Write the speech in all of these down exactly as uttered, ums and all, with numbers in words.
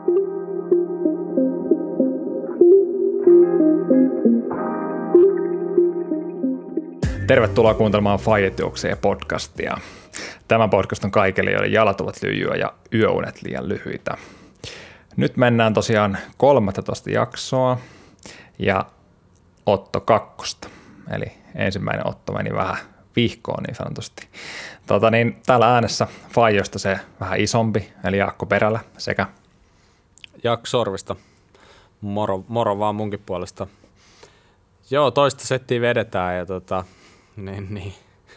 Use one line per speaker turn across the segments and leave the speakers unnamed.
Tervetuloa kuuntelemaan Faijat-juoksee podcastia. Tämä podcast on kaikille, joiden jalat ovat lyijyä ja yöunet liian lyhyitä. Nyt mennään tosiaan kolmastoista jaksoa ja Otto kakkosta. Eli ensimmäinen Otto meni vähän vihkoon niin sanotusti. Tota niin, täällä äänessä Faijoista se vähän isompi, eli Jaakko Perälä sekä
Jaakko Sorvista. Moro, moro vaan munkin puolesta. Joo, toista settiä vedetään ja tota, niin, niin.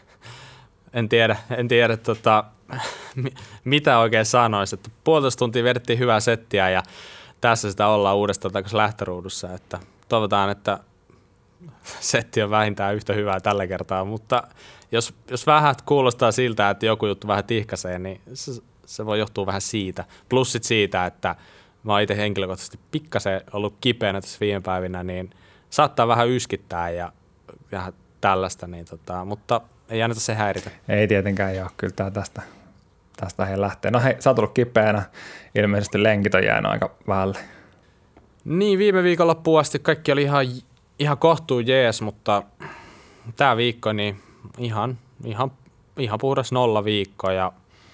En tiedä, en tiedä tota, mitä oikein sanoisi. Että puolitoista tuntia vedettiin hyvää settiä ja tässä sitä ollaan uudestaan takaisin lähtöruudussa. Että toivotaan, että setti on vähintään yhtä hyvää tällä kertaa, mutta jos, jos vähän kuulostaa siltä, että joku juttu vähän tihkaisee, niin se, se voi johtua vähän siitä. Plussit siitä, että mä oon itse henkilökohtaisesti pikkasen ollut kipeänä tässä viime päivinä, niin saattaa vähän yskittää ja vähän tällaista, niin tota, mutta ei anneta se häiritä.
Ei tietenkään joo, kyllä tää tästä, tästä he lähtee. No hei, sä oot ollut kipeänä, ilmeisesti lenkit on jäänyt aika vähälle.
Niin, viime viikonloppuun asti kaikki oli ihan, ihan kohtuun jees, mutta tää viikko niin ihan, ihan, ihan puhdas nolla viikko ja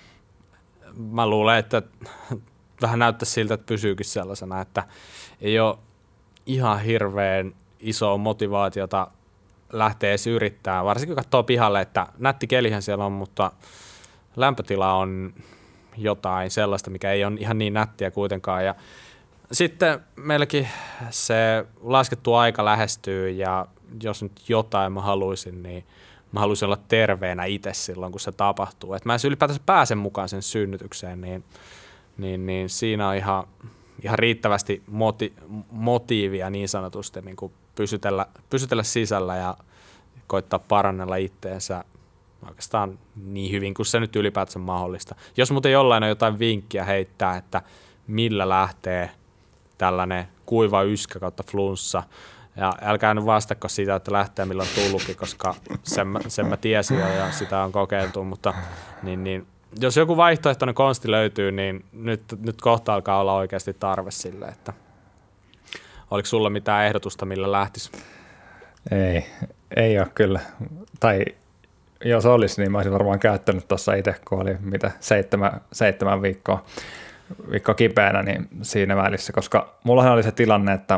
mä luulen, että vähän näyttäisi siltä, että pysyykin sellaisena, että ei ole ihan hirveän isoa motivaatiota lähteä edes yrittää, varsinkin kun katsoo pihalle, että nätti kelihän siellä on, mutta lämpötila on jotain sellaista, mikä ei ole ihan niin nättiä kuitenkaan. Ja sitten meilläkin se laskettu aika lähestyy ja jos nyt jotain mä haluaisin, niin mä haluaisin olla terveenä itse silloin, kun se tapahtuu. Et mä en ylipäätänsä pääse mukaan sen synnytykseen, niin, niin, niin siinä on ihan, ihan riittävästi moti, motiivia niin sanotusti niin kuin pysytellä, pysytellä sisällä ja koittaa parannella itteensä oikeastaan niin hyvin kuin se nyt ylipäätänsä mahdollista. Jos muuten jollain on jotain vinkkiä heittää, että millä lähtee tällainen kuiva yskä kautta flunssa, ja älkää nyt vastako siitä, että lähtee milloin tullutkin, koska sen, sen mä tiesin jo ja sitä on kokeiltu, mutta niin, niin, jos joku vaihtoehtoinen konsti löytyy, niin nyt, nyt kohta alkaa olla oikeasti tarve sille, että oliko sulla mitään ehdotusta, millä lähtisi?
Ei, ei ole kyllä. Tai jos olisi, niin mä olisin varmaan käyttänyt tuossa itse, kun oli mitä seitsemän, seitsemän viikkoa, viikkoa kipeänä, niin siinä välissä, koska mullahan oli se tilanne, että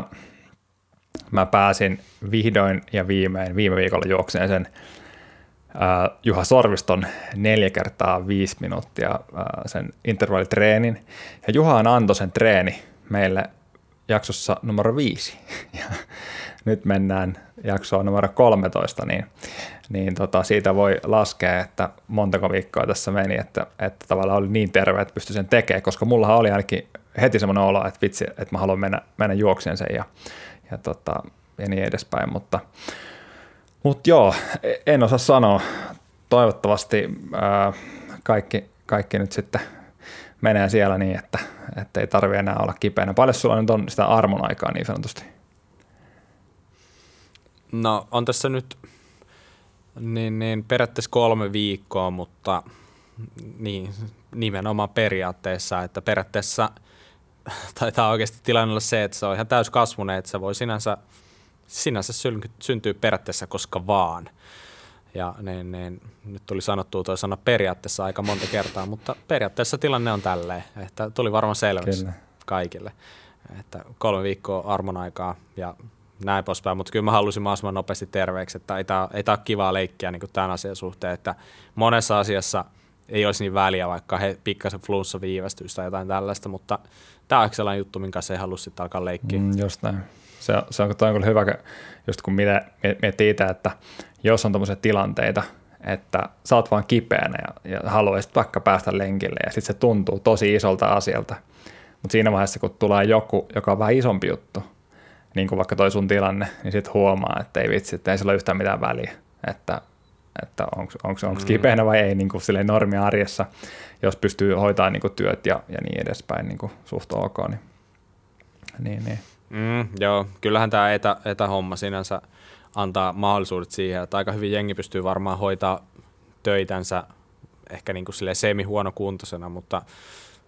mä pääsin vihdoin ja viimein viime viikolla juokseen sen äh, Juha Sorviston neljä kertaa viisi minuuttia äh, sen intervallitreenin. Ja Juhahan antoi sen treeni meille jaksossa numero viisi. Ja nyt mennään jaksoon numero kolmetoista, niin, niin tota, siitä voi laskea, että montako viikkoa tässä meni, että, että tavallaan oli niin terve, että pystyi sen tekemään, koska mullahan oli ainakin heti semmoinen olo, että vitsi, että mä haluan mennä, mennä juokseen sen ja, ja, tota, ja niin edespäin, mutta, mutta joo, en osaa sanoa. Toivottavasti ää, kaikki, kaikki nyt sitten menee siellä niin, että, että ei tarvitse enää olla kipeänä. Paljon sulla nyt on sitä armon aikaa niin sanotusti?
No on tässä nyt niin, niin periaatteessa kolme viikkoa, mutta niin, nimenomaan periaatteessa, että periaatteessa taitaa oikeasti tilanne olla se, että se on ihan täyskasvunen, että se voi sinänsä, sinänsä syntyä periaatteessa koska vaan. Ja niin, niin, nyt tuli sanottua toi sana periaatteessa aika monta kertaa, mutta periaatteessa tilanne on tälleen, että tuli varmaan selväksi kyllä kaikille, että kolme viikkoa armon aikaa ja näin poispäin, mutta kyllä mä halusin mahdollisimman nopeasti terveeksi, että ei tämä, ei tämä ole kivaa leikkiä niin kuin tämän asian suhteen, että monessa asiassa ei olisi niin väliä, vaikka he pikkasen flunssa viivästyisi tai jotain tällaista, mutta tämä on sellainen juttu, minkä kanssa ei halua sitten alkaa leikkiä. Mm,
just näin. Se, se on, toi on kyllä hyvä, just kun miettii itse, että jos on tommoisia tilanteita, että sä oot vaan kipeänä ja, ja haluaisit vaikka päästä lenkille ja sitten se tuntuu tosi isolta asialta, mutta siinä vaiheessa, kun tulee joku, joka on vähän isompi juttu, niin kuin vaikka toi sun tilanne, niin sitten huomaa, että ei vitsi, että ei sillä ole yhtään mitään väliä, että, että onko mm. kipeänä vai ei niin kuin silleen normia arjessa, jos pystyy hoitamaan niin kuin työt ja, ja niin edespäin niin kuin suht ok. Niin, niin, niin.
Mm, joo, kyllähän tämä etä, etähomma sinänsä antaa mahdollisuudet siihen, että aika hyvin jengi pystyy varmaan hoitaa töitänsä ehkä niin kuin silleen semi-huonokuntoisena, mutta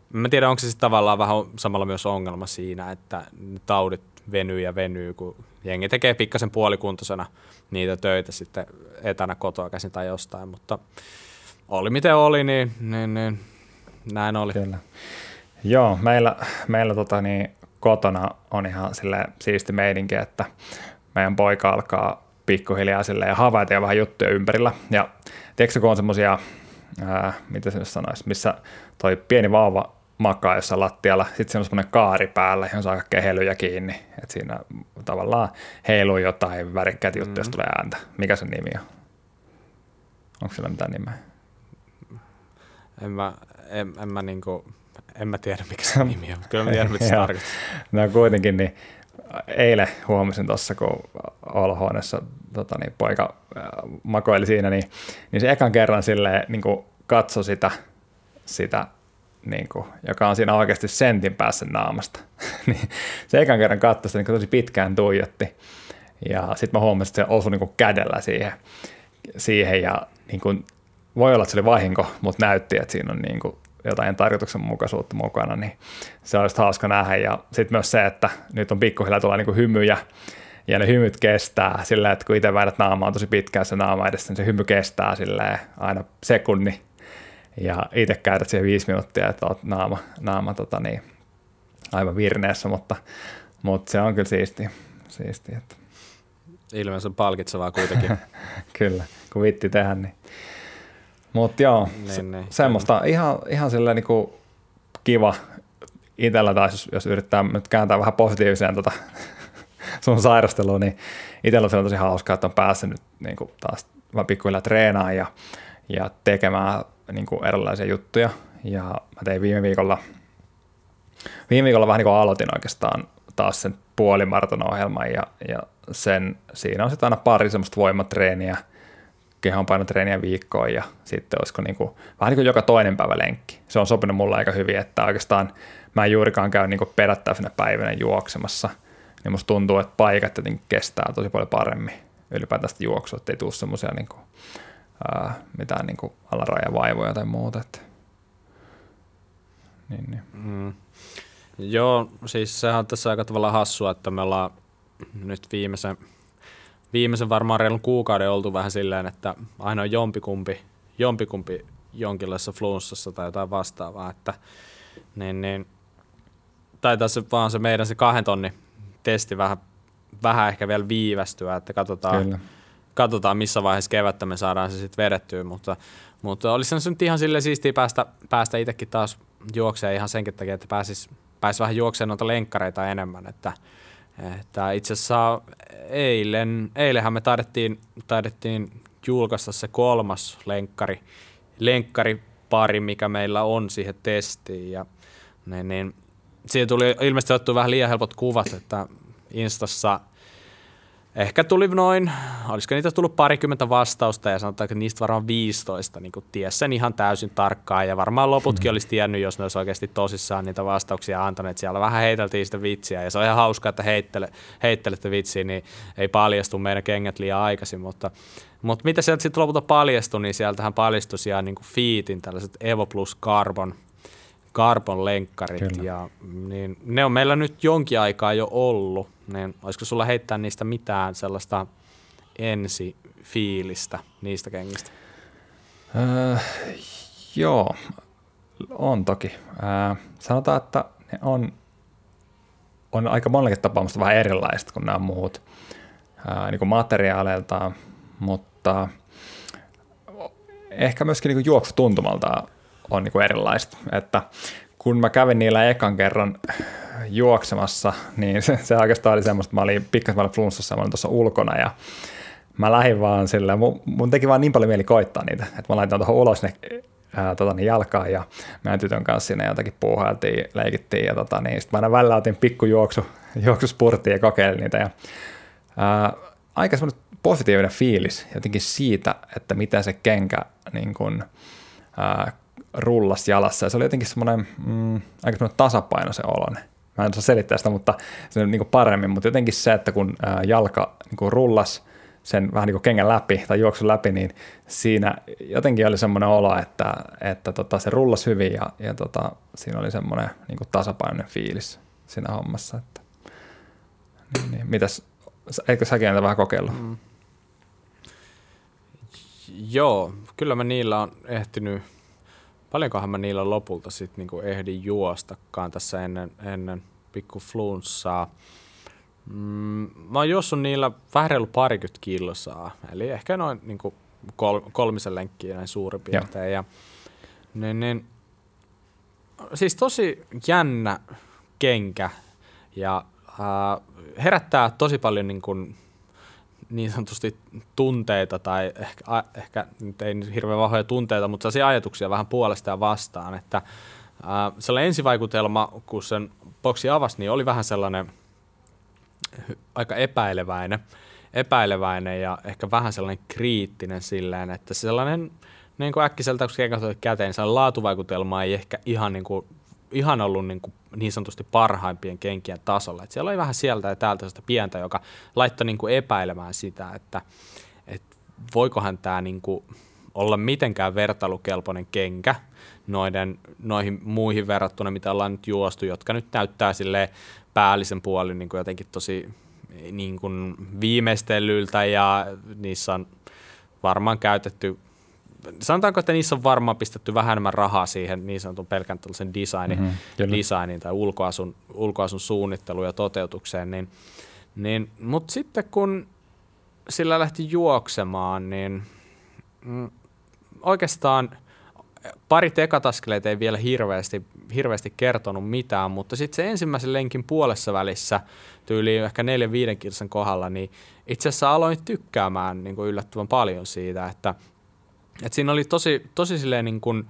Mä tiedän, onko se sitten tavallaan vähän samalla myös ongelma siinä, että taudit venyy ja venyy, kun jengi tekee pikkasen puolikuntoisena niitä töitä sitten etänä kotoa käsin tai jostain, mutta oli miten oli, niin, niin, niin näin oli.
Kyllä. Joo, meillä, meillä tota niin, kotona on ihan siisti meidinki, että meidän poika alkaa pikkuhiljaa ja havaita jo vähän juttuja ympärillä. Ja tiedätkö, kun on semmoisia, mitä se nyt sanoisi, missä toi pieni vauva makaa jossain lattialla, sitten siinä on semmoinen kaari päällä, johon saa kaikkea heiluja kiinni, että siinä tavallaan heiluu jotain värikkäitä juttuja, mm. jos tulee ääntä. Mikä sen nimi on? Onko sillä mitään nimeä?
En mä, en, en mä, niinku, en mä tiedä, mikä se nimi on. Kyllä mä tiedän, mitä se tarkoittaa.
No kuitenkin, niin eilen huomasin tuossa, kun olohuoneessa tota, niin poika makoili siinä, niin, niin se ekan kerran silleen, niin kuin katsoi sitä, sitä niin kuin, joka on siinä oikeasti sentin päässä naamasta. niin se ekan kerran katsoi sitä, niin tosi pitkään tuijotti. Ja sitten mä huomasin, että se osui niin kuin kädellä siihen, siihen ja niin kuin, voi olla, että se oli vahinko, mutta näytti, että siinä on niin kuin jotain tarkoituksenmukaisuutta mukana, niin se olisi hauska nähdä. Ja sitten myös se, että nyt on pikkuhiljaa tulee niin kuin hymyjä, ja ne hymyt kestää silleen, että kun itse väidät naamaa tosi pitkään se naama edessä, niin se hymy kestää silleen aina sekunni. Ja itse käytät siihen viisi minuuttia, että olet naama, naama tota niin, aivan virneessä, mutta, mutta se on kyllä siistiä. siistiä että.
Ilmeisesti on palkitsevaa kuitenkin.
Kyllä, kun vitti tehdä, niin. Mutta joo, niin, niin, semmoista kyllä. ihan, ihan silleen niin kiva itsellä taas, jos, jos yrittää nyt kääntää vähän positiiviseen tota sun sairasteluun, niin itsellä se on tosi hauskaa, että on päässyt nyt niin kuin taas vaan pikkuhiljaa treenaamaan ja, ja tekemään niin kuin erilaisia juttuja. Ja mä tein viime viikolla, viime viikolla vähän niin kuin aloitin oikeastaan taas sen puolimaratono-ohjelman ja, ja sen, siinä on sitten aina pari semmoista voimatreeniä, kehonpainotreeniä viikkoon ja sitten olisiko niin kuin, vähän niin kuin joka toinen päivä lenkki. Se on sopinut mulle aika hyvin, että oikeastaan mä en juurikaan käy niin kuin perättäisenä päivänä juoksemassa, niin musta tuntuu, että paikat jotenkin kestää tosi paljon paremmin ylipäätään sitä juoksua, ettei tule semmoisia niin kuin, ää, mitään niin kuin alarajavaivoja tai muuta. Että. Niin, niin.
Mm. Joo, siis sehän on tässä aika tavalla hassua, että me ollaan nyt viimeisen Viimeisen varmaan reilun kuukauden oltu vähän silleen, että aina on jompikumpi, jompikumpi jonkinlaisessa flunssassa tai jotain vastaavaa, että niin, niin, taitaa se vaan se meidän se kahden tonnin testi vähän, vähän ehkä vielä viivästyä, että katsotaan, katsotaan missä vaiheessa kevättä me saadaan se sitten vedettyä, mutta, mutta olisi se nyt ihan silleen siistiä päästä, päästä itsekin taas juokseen ihan senkin takia, että pääsis, pääsis vähän juokseen noita lenkkareita enemmän, että Että itse asiassa eilen, eilenhän me taidettiin, taidettiin julkaista se kolmas lenkkari, lenkkaripari, mikä meillä on siihen testiin. Ja, niin, niin, siitä tuli ilmeisesti otettu vähän liian helpot kuvat, että Instassa ehkä tuli noin, olisiko niitä tullut parikymmentä vastausta ja sanotaan, että niistä varmaan viisitoista niin ties sen ihan täysin tarkkaan ja varmaan loputkin olisi tiennyt, jos ne olisi oikeasti tosissaan niitä vastauksia antaneet. Siellä vähän heiteltiin sitä vitsiä ja se on ihan hauskaa, että heittele, heittelette vitsiä, niin ei paljastu meidän kengät liian aikaisin, mutta, mutta mitä sieltä sitten lopulta paljastui, niin sieltähän paljastui siellä niin kuin Fiitin tällaiset Evo Plus Carbon, Carbon lenkkarit Kyllä. ja niin, ne on meillä nyt jonkin aikaa jo ollut, niin olisiko sulla heittää niistä mitään sellaista ensifiilistä niistä kengistä?
Öö, joo, on toki. Öö, sanotaan, että ne on, on aika monellakin tapaa vähän erilaiset kuin nämä muut öö, niin kuin materiaaleiltaan, mutta ehkä myöskin niin kuin juoksutuntumaltaan on niin kuin erilaista, että kun mä kävin niillä ekan kerran juoksemassa, niin se, se oikeastaan oli semmoista, mä olin pikkasen flunssassa, mä olin tuossa ulkona ja mä lähdin vaan silleen, mun, mun teki vaan niin paljon mieli koittaa niitä, että mä laitan tuohon ulos ne ää, tota, niin jalkaan ja meidän tytön kanssa sinne jotakin puuhailtiin, leikittiin ja tota, niin sitten mä aina välillä otin pikkujuoksu, juoksuspurttiin ja kokeilin niitä ja ää, aika semmoinen positiivinen fiilis jotenkin siitä, että miten se kenkä niin kun, ää, rullas jalassa ja se oli jotenkin semmoinen mm, aika semmoinen tasapainoisen oloinen. Mä en osaa selittää sitä, mutta se on niin kuin paremmin, mutta jotenkin se, että kun ää, jalka niin kuin rullas sen vähän niin kuin kengän läpi tai juoksun läpi, niin siinä jotenkin oli semmoinen olo, että, että tota, se rullasi hyvin ja, ja tota, siinä oli semmoinen niin kuin tasapainoinen fiilis siinä hommassa. Että, niin, niin. Mitäs, eikö säkin näitä vähän kokeillut? Mm.
Joo, kyllä mä niillä on ehtinyt, paljonkohan mä niillä lopulta sitten niinku ehdin juostakaan tässä ennen, ennen pikku flunssaa. Mm, mä oon juossut niillä vähän reilu parikymmentä kilsaa, eli ehkä noin niinku kol, kolmisen lenkkiä näin suurin piirtein. Ja, niin, niin, siis tosi jännä kenkä ja äh, herättää tosi paljon niin kuin niin sanotusti tunteita tai ehkä, a, ehkä nyt ei nyt hirveän vahvoja tunteita, mutta sellaisia ajatuksia vähän puolesta ja vastaan, että ää, sellainen ensivaikutelma, kun sen boksi avasi, niin oli vähän sellainen aika epäileväinen, epäileväinen ja ehkä vähän sellainen kriittinen silleen, että sellainen niin kuin äkkiseltä, kun kengät oli käteen, sellainen laatuvaikutelma ei ehkä ihan niin kuin ihan ollut niin, kuin niin sanotusti parhaimpien kenkien tasolla. Et siellä oli vähän sieltä ja täältä sitä pientä, joka laittoi niin kuin epäilemään sitä, että, että voikohan tämä niin kuin olla mitenkään vertailukelpoinen kenkä noiden, noihin muihin verrattuna, mitä ollaan nyt juostu, jotka nyt näyttää silleen päällisen puolin niin kuin jotenkin tosi niin kuin viimeistellyltä ja niissä on varmaan käytetty, sanotaanko, että niissä on varmaan pistetty vähän enemmän rahaa siihen niin sanotun pelkän tällaisen designin, mm-hmm, designin tai ulkoasun, ulkoasun suunnitteluun ja toteutukseen. Niin, niin, mutta sitten kun sillä lähti juoksemaan, niin mm, oikeastaan parit ekat askeleet ei vielä hirveästi, hirveästi kertonut mitään, mutta sitten se ensimmäisen lenkin puolessa välissä, tyyliin ehkä neljän viiden kilsan kohdalla, niin itse asiassa aloin tykkäämään niin kuin yllättävän paljon siitä, että Et siinä oli tosi, tosi silleen niin kuin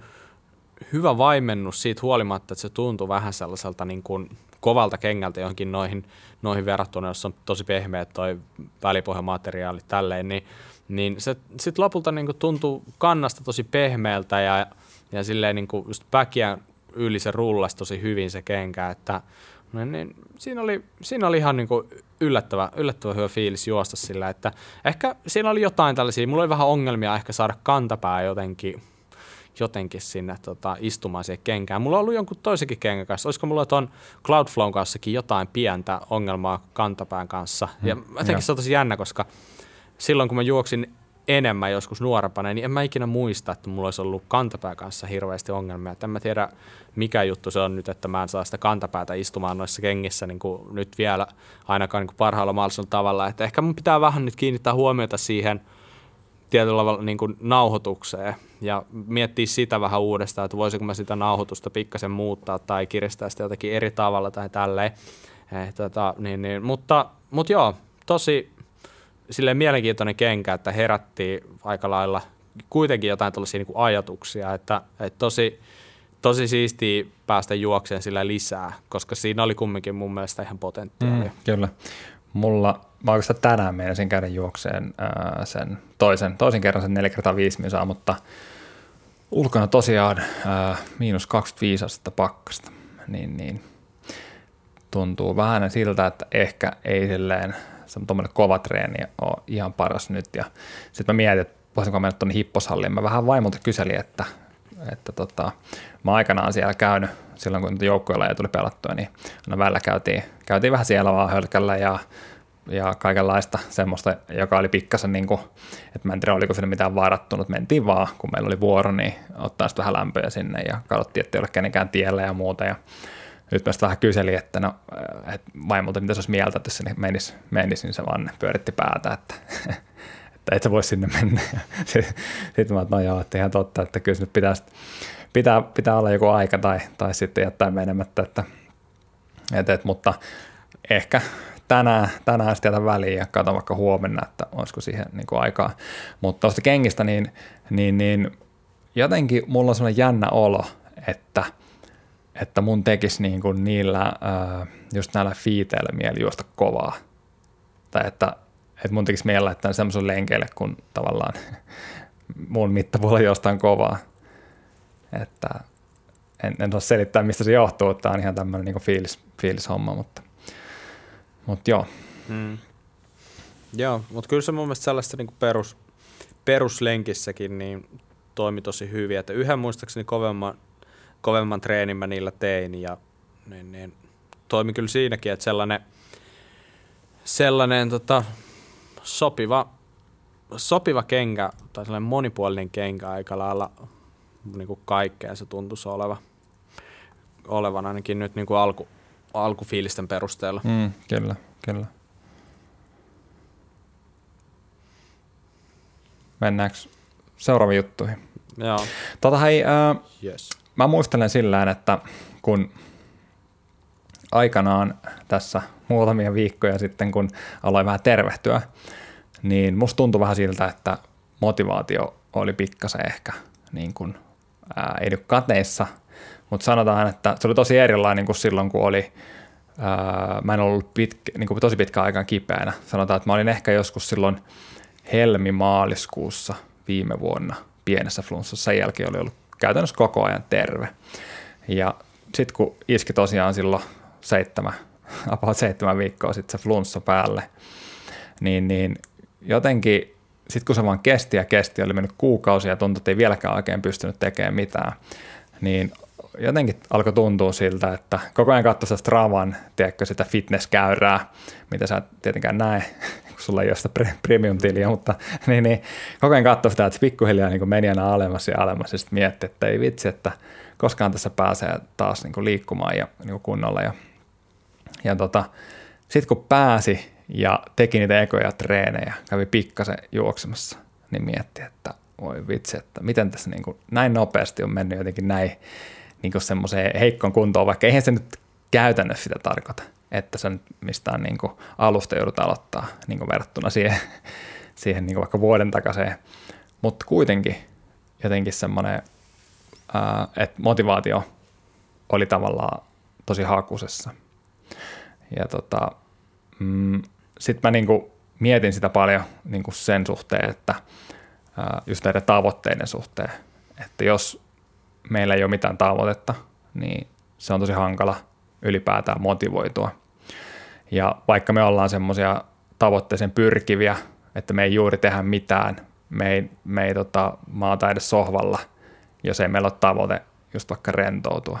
hyvä vaimennus siitä huolimatta, että se tuntui vähän sellaiselta niin kuin kovalta kengältä johonkin noihin, noihin verrattuna, jos on tosi pehmeät toi välipohjamateriaali tälleen, niin, niin se sitten lopulta niin kuin tuntui kannasta tosi pehmeältä ja, ja silleen niin kuin just päkiän yli se rullasi tosi hyvin se kenkä, että niin siinä oli, siinä oli ihan niin kuin yllättävä, yllättävä hyvä fiilis juosta sillä, että ehkä siinä oli jotain tällaisia, mulla oli vähän ongelmia ehkä saada kantapää jotenkin, jotenkin sinne tota, istumaan siihen kenkään. Mulla on ollut jonkun toisenkin kengän kanssa, olisiko mulla tuon Cloudflown kanssakin jotain pientä ongelmaa kantapään kanssa. Ja hmm, jotenkin se on tosi jännä, koska silloin kun mä juoksin enemmän joskus nuorempana, niin en mä ikinä muista, että mulla olisi ollut kantapää kanssa hirveästi ongelmia. Et en mä tiedä, mikä juttu se on nyt, että mä en saa sitä kantapäätä istumaan noissa kengissä niin kuin nyt vielä ainakaan niin kuin parhaalla mahdollisella tavalla. Et ehkä mun pitää vähän nyt kiinnittää huomiota siihen tietyllä tavalla niin kuin nauhoitukseen ja miettiä sitä vähän uudestaan, että voisinko mä sitä nauhoitusta pikkasen muuttaa tai kiristää sitä jotenkin eri tavalla tai tälleen. Eh, tota, niin, niin. Mutta, mutta joo, tosi silleen mielenkiintoinen kenkä, että herättiin aika lailla kuitenkin jotain tällaisia niin kuin ajatuksia, että, että tosi, tosi siistiä päästä juokseen sillä lisää, koska siinä oli kumminkin mun mielestä ihan potentiaalia. Mm,
kyllä. Mulla, mä oikeastaan tänään meinasin käydä juokseen ää, sen toisen, toisen kerran sen neljä kertaa viisi misaa, mutta ulkona tosiaan ää, miinus kaksikymmentäviisi astetta pakkasta, niin, niin tuntuu vähän siltä, että ehkä ei silleen se on tuommoinen kova treeni on ihan paras nyt. Ja sitten mä mietin, että voisinko mennä tuonne hipposhalliin. Mä vähän vaimolta kyselin, että, että tota, mä aikanaan siellä käynyt, silloin kun joukkueella ei tuli pelattua, niin aina välillä käytiin, käytiin vähän siellä vaan hölkällä ja, ja kaikenlaista semmoista, joka oli pikkasen niin kuin, että mä en tiedä, oliko siinä mitään varattunut. Mentiin vaan, kun meillä oli vuoro, niin ottaa sitten vähän lämpöä sinne ja katsottiin, että ei ole kenenkään tiellä ja muuta. Ja nyt mä sitten vähän kyselin, että no, että vaimolta mitä se olisi mieltä, että jos sinne menisi, menisi, niin se vaan pyöritti päätä, että, että et sä voi sinne mennä. Sitten mä että no joo, että ihan totta, että kyllä nyt pitää, pitää, pitää olla joku aika tai, tai sitten jättää menemättä, että, et, et, mutta ehkä tänään, tänään sitten jätän väliin ja katson vaikka huomenna, että olisiko siihen niin kuin aikaa. Mutta tuosta kengistä, niin, niin, niin jotenkin mulla on sellainen jännä olo, että että mun tekisi niin kuin niillä, äh, just näillä fiiteillä mieli juosta kovaa. Tai että, että mun tekisi mieli laittaa semmoisen lenkeille, kun tavallaan mun mittapuolella jostain kovaa. Että en, en osaa selittää, mistä se johtuu, että on ihan tämmöinen niin kuin fiilis, fiilishomma, mutta, mutta joo.
Mm. Joo, mutta kyllä se mun mielestä sellaista niin kuin perus, peruslenkissäkin niin toimi tosi hyvin. Että yhden muistaakseni kovemman, kovemman treenin mä niillä tein ja niin, niin, toimi kyllä siinäkin, että sellainen, sellainen tota, sopiva, sopiva kenkä tai sellainen monipuolinen kenkä aika lailla niin kuin kaikkeen se tuntuisi oleva, olevan ainakin nyt niin kuin alku, alkufiilisten perusteella.
Mm, kyllä, kyllä. Mennäänkö seuraaviin juttuihin?
Joo.
Tota hei, äh,
Yes.
mä muistelen sillä että kun aikanaan tässä muutamia viikkoja sitten, kun aloin vähän tervehtyä, niin musta tuntui vähän siltä, että motivaatio oli pikkasen ehkä niin kuin, ää, ei nyt kateissa, mutta sanotaan, että se oli tosi erilainen kuin silloin, kun oli, ää, mä en ollut pitkä, niin kuin tosi pitkään aikaan kipeänä. Sanotaan, että mä olin ehkä joskus silloin helmi-maaliskuussa viime vuonna pienessä flunssassa. Sen jälkeen oli ollut käytännössä koko ajan terve. Ja sitten kun iski tosiaan silloin seitsemän, about seitsemän viikkoa sitten se flunssa päälle, niin, niin jotenkin sitten kun se vaan kesti ja kesti, oli mennyt kuukausia ja tuntui, että ei vieläkään oikein pystynyt tekemään mitään, niin jotenkin alkoi tuntua siltä, että koko ajan katsoi sitä Stravan, tiedätkö, sitä fitnesskäyrää, mitä sä et tietenkään näe, kun sulla ei ole sitä premium-tiliä, mutta niin, niin, koko ajan katsoi sitä, että se pikkuhiljaa niin meni aina alemmas ja alemmas ja sitten mietti, että ei vitsi, että koskaan tässä pääsee taas niin liikkumaan ja niin kunnolla. Ja, ja tota, sitten kun pääsi ja teki niitä ekoja treenejä, kävi pikkasen juoksemassa, niin mietti, että voi vitsi, että miten tässä niin kuin näin nopeasti on mennyt jotenkin näin niin semmoiseen heikkoon kuntoon, vaikka eihän se nyt käytännössä sitä tarkoita, että se nyt mistään niin kuin alusta joudut aloittaa niin kuin verrattuna siihen, siihen niin kuin vaikka vuoden takaiseen, mutta kuitenkin jotenkin semmoinen, ää, että motivaatio oli tavallaan tosi hakusessa. Ja tota, mm, sitten mä niin kuin mietin sitä paljon niin kuin sen suhteen, että ää, just näiden tavoitteiden suhteen, että jos meillä ei ole mitään tavoitetta, niin se on tosi hankala ylipäätään motivoitua. Ja vaikka me ollaan semmoisia tavoitteeseen pyrkiviä, että me ei juuri tehdä mitään, me ei, me ei tota, maata edes sohvalla, jos ei meillä ole tavoite just vaikka rentoutua,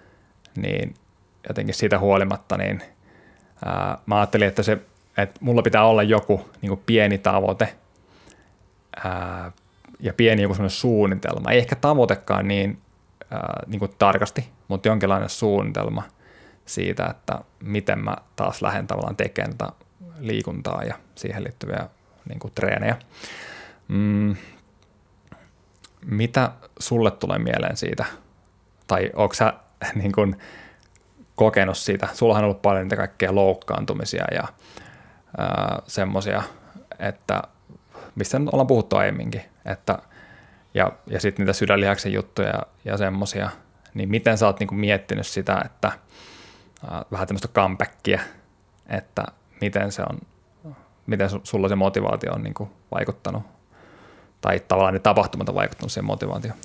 niin jotenkin siitä huolimatta, niin ää, mä ajattelin, että, se, että mulla pitää olla joku niin kuin pieni tavoite ää, ja pieni joku semmoinen suunnitelma. Ei ehkä tavoitekaan niin, ää, niin kuin tarkasti, mutta jonkinlainen suunnitelma siitä, että miten mä taas lähden tavallaan tekemään tätä liikuntaa ja siihen liittyviä niin kuin treenejä. Mm, mitä sulle tulee mieleen siitä? Tai onko sä niin kuin kokenut siitä? Sullahan on ollut paljon niitä kaikkea loukkaantumisia ja semmoisia, että mistä nyt ollaan puhuttu aiemminkin, että, ja, ja sitten niitä sydänlihaksen juttuja ja, ja semmoisia, niin miten sä oot niinku miettinyt sitä, että ää, vähän tämmöistä comebackia, että miten se on, miten sulla se motivaatio on niinku vaikuttanut, tai tavallaan ne tapahtumat on vaikuttanut siihen motivaatioon?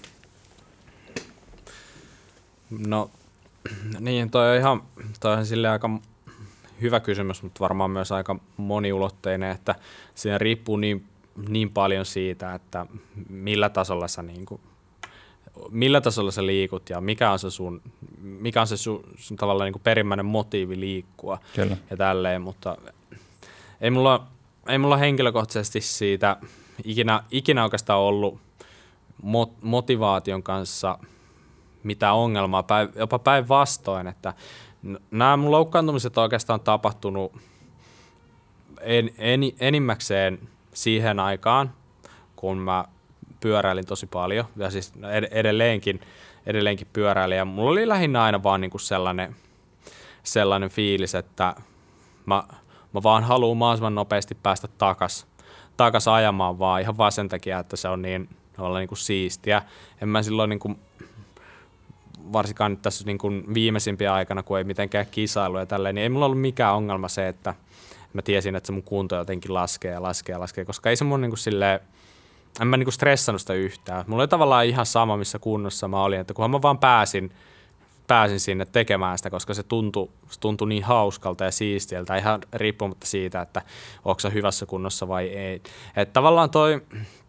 No niin, toi on ihan, toi on silleen aika hyvä kysymys, mutta varmaan myös aika moniulotteinen, että siinä riippuu niin, niin paljon siitä, että millä tasolla sä, niin kuin, millä tasolla sä liikut ja mikä on se sun, mikä on se sun, sun tavallaan niin kuin perimmäinen motiivi liikkua. Kyllä. Ja tälleen, mutta ei mulla, ei mulla henkilökohtaisesti siitä ikinä, ikinä oikeastaan ollut mot, motivaation kanssa mitään ongelmaa, päin, jopa päinvastoin, että nämä mun loukkaantumiset on oikeastaan tapahtunut en, en, enimmäkseen siihen aikaan, kun mä pyöräilin tosi paljon, ja siis edelleenkin, edelleenkin pyöräilin, ja mulla oli lähinnä aina vaan niinku sellainen, sellainen fiilis, että mä, mä vaan haluan mahdollisimman nopeasti päästä takas, takas ajamaan vaan, ihan vaan sen takia, että se on niin niinku siistiä. En mä silloin niinku, varsinkaan nyt tässä niin kuin viimeisimpiä aikana, kun ei mitenkään kisailu ja tälleen, niin ei mulla ollut mikään ongelma se, että mä tiesin, että se mun kunto jotenkin laskee ja laskee ja laskee, koska ei se mun niin kuin silleen, en mä niin kuin stressannut sitä yhtään. Mulla oli tavallaan ihan sama, missä kunnossa mä olin, että kunhan mä vaan pääsin pääsin sinne tekemään sitä, koska se tuntui, se tuntui niin hauskalta ja siistiltä, ihan riippumatta siitä, että onko se hyvässä kunnossa vai ei. Että tavallaan toi,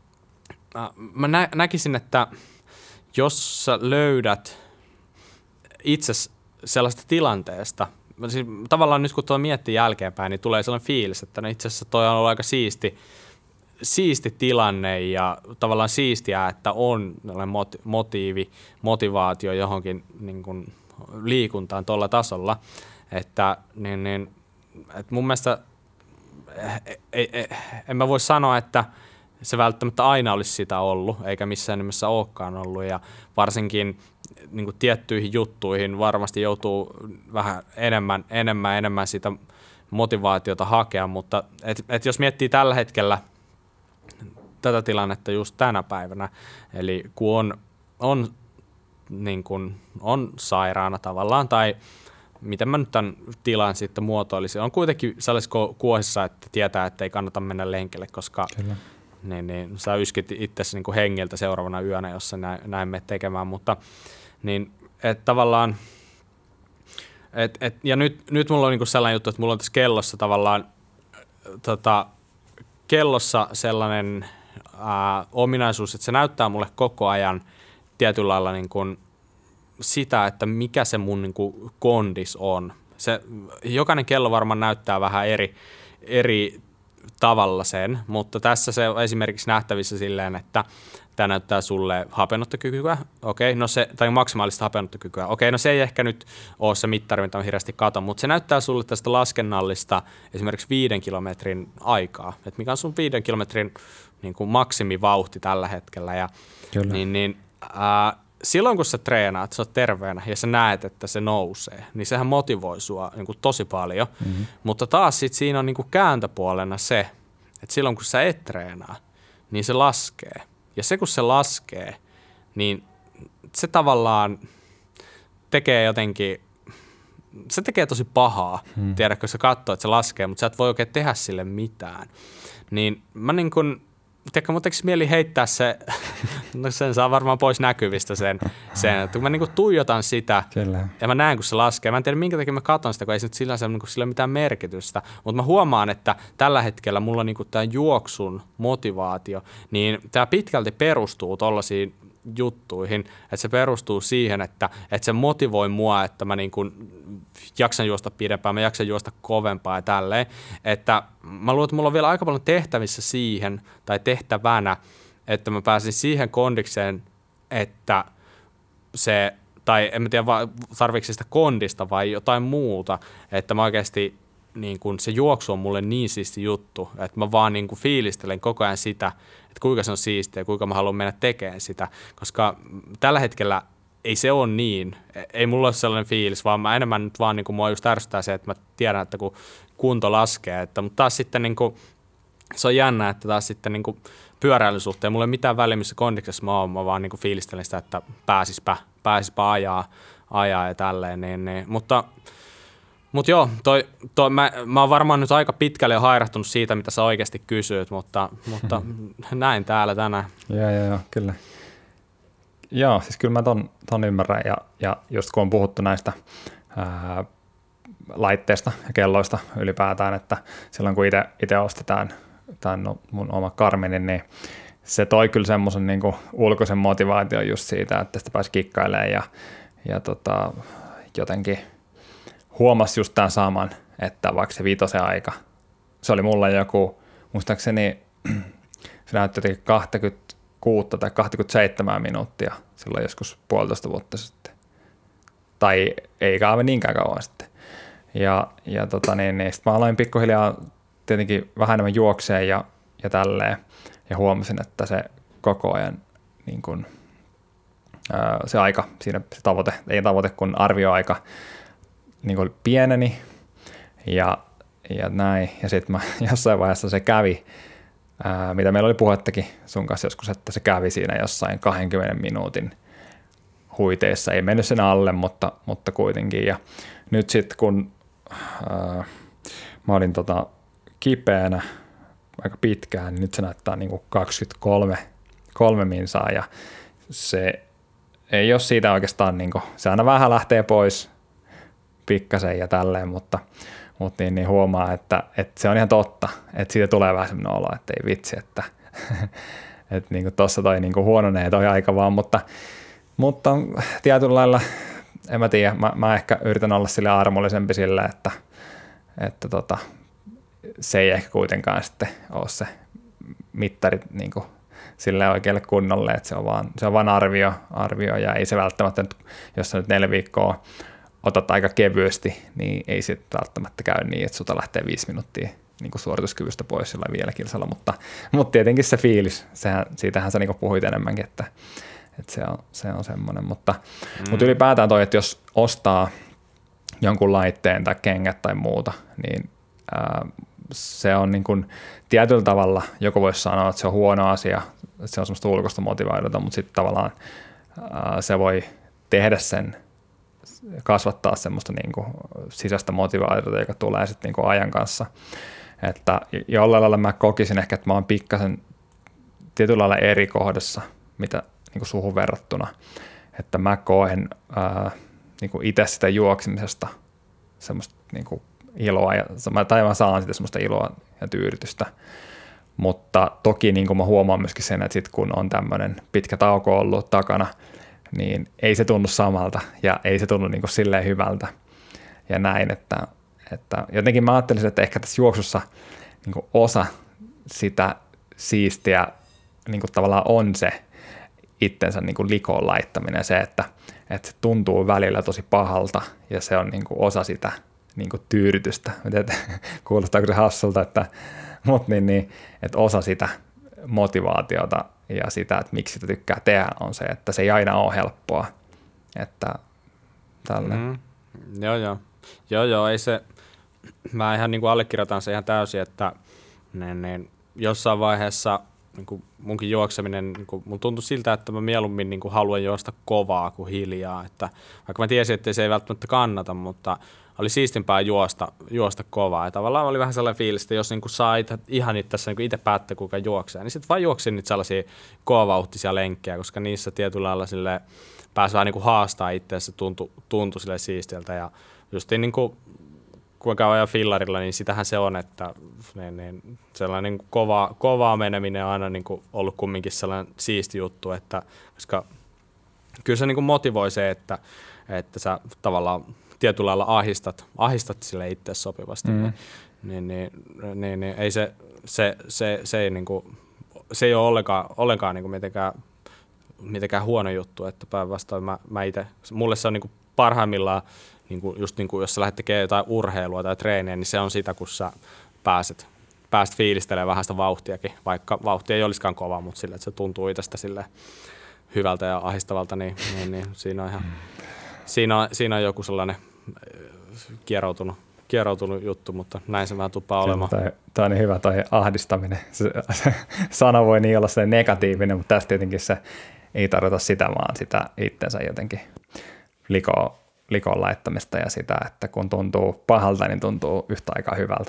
mä nä- näkisin, että jos sä löydät itse sellaista tilanteesta, siis tavallaan nyt kun tuo miettii jälkeenpäin, niin tulee sellainen fiilis, että no itse asiassa toi on ollut aika siisti, siisti tilanne ja tavallaan siistiä, että on motiivi, motivaatio johonkin niin kuin liikuntaan tuolla tasolla, että niin, niin, että mun mielestä ei, ei, en mä voi sanoa, että se välttämättä aina olisi sitä ollut, eikä missään nimessä olekaan ollut, ja varsinkin niin kuin tiettyihin juttuihin varmasti joutuu vähän enemmän, enemmän, enemmän sitä motivaatiota hakea, mutta et, et jos miettii tällä hetkellä tätä tilannetta just tänä päivänä, eli kun on, on, niin kuin, on sairaana tavallaan, tai miten mä nyt tämän tilan sitten muotoilisin, on kuitenkin sellaisessa kuosissa, että tietää, että ei kannata mennä lenkille, koska niin, niin, sä yskit itsesi niin kuin hengiltä seuraavana yönä, jos sä näin, näin menet tekemään, mutta niin, et tavallaan, et, et, ja nyt, nyt mulla on niin kuin sellainen juttu, että mulla on tässä kellossa tavallaan, tota, kellossa sellainen ää, ominaisuus, että se näyttää mulle koko ajan tietyllä lailla niin kuin sitä, että mikä se mun niin kuin kondis on. Se, jokainen kello varmaan näyttää vähän eri, eri tavalla sen, mutta tässä se on esimerkiksi nähtävissä silleen, että tämä näyttää sulle hapenottokykyä, okei, no se, tai maksimaalista hapenottokykyä, okei, no se ei ehkä nyt ole se mittari, mitä on hirveästi katon, mutta se näyttää sulle tästä laskennallista esimerkiksi viiden kilometrin aikaa, että mikä on sun viiden kilometrin niin kuin maksimivauhti tällä hetkellä, ja niin, niin, ää, silloin kun sä treenaat, sä oot terveenä ja sä näet, että se nousee, niin sehän motivoi sua niin kuin tosi paljon, mm-hmm. mutta taas sit siinä on niin kuin kääntöpuolena se, että silloin kun sä et treenaa, niin se laskee. Ja se kun se laskee, niin se tavallaan tekee jotenkin, se tekee tosi pahaa, hmm. tiedätkö, sä katsoo, että se laskee, mutta sä et voi oikein tehdä sille mitään. Niin mä niin kuin, tiedätkö, mun tekisi mieli heittää se, no sen saa varmaan pois näkyvistä sen, sen että kun mä niin kuin tuijotan sitä, Kyllä. ja mä näen, kun se laskee, mä en tiedä minkä takia mä katson sitä, kun ei se nyt sillä, niin kuin, sillä ole mitään merkitystä, mutta mä huomaan, että tällä hetkellä mulla on niin kuin tämä juoksun motivaatio, niin tämä pitkälti perustuu tollaisiin juttuihin, että se perustuu siihen, että, että se motivoi mua, että mä niin kuin jaksan juosta pidempään, mä jaksan juosta kovempaa ja tälleen, että mä luulen, että mulla on vielä aika paljon tehtävissä siihen, tai tehtävänä, että mä pääsin siihen kondikseen, että se, tai en mä tiedä tarvitseeko sitä kondista vai jotain muuta, että mä oikeasti niin kun se juoksu on mulle niin siisti juttu, että mä vaan niin kun fiilistelen koko ajan sitä, että kuinka se on siistiä ja kuinka mä haluan mennä tekemään sitä, koska tällä hetkellä ei se ole niin, ei mulla ole sellainen fiilis, vaan mä enemmän nyt vaan niin kun mua just ärsyttää se, että mä tiedän, että kun kunto laskee, että, mutta taas sitten niin kun, se on jännä, että taas sitten niin kun pyöräilyn suhteen, mulla ei mitään väliä, missä kondiksessa mä oon, mä vaan niin kun fiilistelen sitä, että pääsispä, pääsispä ajaa, ajaa ja tälleen, niin, niin. mutta Mutta joo, toi, toi, mä, mä oon varmaan nyt aika pitkälle jo hairahtunut siitä, mitä sä oikeasti kysyit, mutta, mutta näin täällä tänään.
Joo, joo, joo, kyllä. Joo, siis kyllä mä ton, ton ymmärrän, ja, ja just kun on puhuttu näistä ää, laitteista ja kelloista ylipäätään, että silloin kun itse ostetaan tämän mun oma Garminin, niin se toi kyllä semmoisen niin kuin ulkoisen motivaation just siitä, että sitä pääsi kikkailemaan ja, ja tota, jotenkin huomasi just tämän saman, että vaikka se viitosen aika, se oli mulla joku, muistaakseni se näytti jotenkin kaksikymmentäkuusi tai kaksikymmentäseitsemän minuuttia silloin joskus puolitoista vuotta sitten. Tai ei aivan niinkään kauan sitten. Ja, ja tota niin, niin sitten mä aloin pikkuhiljaa tietenkin vähän enemmän juokseen ja, ja tälleen. Ja huomasin, että se koko ajan niin kun, ää, se aika, siinä se tavoite, ei tavoite kun arvioaika, niin kuin pieneni ja, ja näin. Ja sitten jossain vaiheessa se kävi, ää, mitä meillä oli puhettakin sun kanssa joskus, että se kävi siinä jossain kahdenkymmenen minuutin huiteissa. Ei mennyt sen alle, mutta, mutta kuitenkin. Ja nyt sitten kun ää, mä olin tota kipeänä aika pitkään, niin nyt se näyttää niin kuin kaksikymmentäkolme kolme minsaa ja se ei ole siitä oikeastaan, niin kuin, se aina vähän lähtee pois pikkasen ja tälleen, mutta, mutta niin, niin huomaa, että, että se on ihan totta, että siitä tulee vähän sellainen olo, että ei vitsi, että, että niin kuin tuossa toi niin kuin huononee toi aika vaan, mutta, mutta tietyllä lailla, en mä tiedä, mä, mä ehkä yritän olla sille armollisempi sille, että, että tota, se ei ehkä kuitenkaan sitten ole se mittari niin kuin sille oikealle kunnolle, että se on vaan, se on vaan arvio, arvio ja ei se välttämättä, jos sä nyt neljä viikkoa otat aika kevyesti, niin ei se välttämättä käy niin, että sulta lähtee viisi minuuttia niin kuin suorituskyvystä pois sillä vielä kilsalla, mutta, mutta tietenkin se fiilis, sehän, siitähän sä niin kuin puhuit enemmänkin, että, että se on, se on semmoinen, mutta, mm. mutta ylipäätään toi, että jos ostaa jonkun laitteen tai kengät tai muuta, niin ää, se on niin kuin tietyllä tavalla, joku voisi sanoa, että se on huono asia, että se on semmoista ulkoista motivaatiota, mutta sitten tavallaan ää, se voi tehdä sen, kasvattaa semmoista niin kuin sisäistä motivaatiota, joka tulee sitten niin kuin ajan kanssa. Että jollain lailla mä kokisin ehkä, että mä oon pikkasen tietyllä lailla eri kohdassa, mitä niin kuin suhun verrattuna, että mä koen ää, niin kuin itse sitä juoksemisesta semmoista niin kuin iloa, ja, tai mä saan sitä semmoista iloa ja tyydytystä, mutta toki niin kuin mä huomaan myöskin sen, että sit kun on tämmöinen pitkä tauko ollut takana, niin ei se tunnu samalta ja ei se tunnu niin kuin silleen hyvältä ja näin, että, että jotenkin mä ajattelisin, että ehkä tässä juoksussa niin kuin osa sitä siistiä niin kuin tavallaan on se itsensä niin kuin likoon laittaminen, se, että, että se tuntuu välillä tosi pahalta ja se on niin kuin osa sitä niin kuin tyydytystä. Kuulostaako se hassulta, että, mutta niin, niin, että osa sitä motivaatiota ja sitä, että miksi sitä tykkää tehdä, on se, että se ei aina ole helppoa. Että tälle. Mm,
joo, joo. Joo, joo, ei se, mä ihan niin kuin allekirjoitan se ihan täysin, että niin, niin, jossain vaiheessa niin kuin munkin juokseminen, niin kuin, mun tuntui siltä, että mä mieluummin niin kuin haluan juosta kovaa kuin hiljaa, että vaikka mä tiesin, että se ei välttämättä kannata, mutta oli siistimpää juosta, juosta kovaa. Ja tavallaan oli vähän sellainen fiilis, että jos niin kuin saa ite, ihan itse, niin itse päättää, kuinka juoksee, niin sitten vaan juoksin niitä sellaisia kovavauhtisia lenkkejä, koska niissä tietyllä lailla sille pääsi vähän niin kuin haastaa itseänsä, se tuntui, tuntui sille siistiltä. Ja justiin niin kuin, kun mä käyn ajan fillarilla, niin sitähän se on, että niin, niin, sellainen niin kova, kovaa meneminen on aina niin kuin ollut kumminkin sellainen siisti juttu, että, koska kyllä se niin kuin motivoi se, että, että sä tavallaan tietyllä lailla ahistat, ahistat sille itse sopivasti, mm. niin, niin, niin, niin, niin ei se, se, se, se, ei, niin kuin, se ei ole ollenkaan, ollenkaan niin kuin mitenkään, mitenkään huono juttu, että päinvastoin mä, mä itse, mulle se on niin kuin parhaimmillaan, niin kuin just niin kuin jos sä lähdet tekemään jotain urheilua tai treeniä, niin se on sitä, kun sä pääset, pääset fiilistelemään vähän sitä vauhtiakin, vaikka vauhti ei olisikaan kova, mutta sille, että se tuntuu itsestä sille hyvältä ja ahdistavalta, niin, niin, niin siinä on ihan, siinä on, siinä on joku sellainen kieroutunut, kieroutunut juttu, mutta näin se vähän tuppaa olemaan.
Tämä on niin hyvä, toi ahdistaminen. Se, se sana voi niin olla se negatiivinen, mutta tässä tietenkin se ei tarkoita sitä, vaan sitä itsensä jotenkin likoon, likoon laittamista ja sitä, että kun tuntuu pahalta, niin tuntuu yhtä aikaa hyvältä.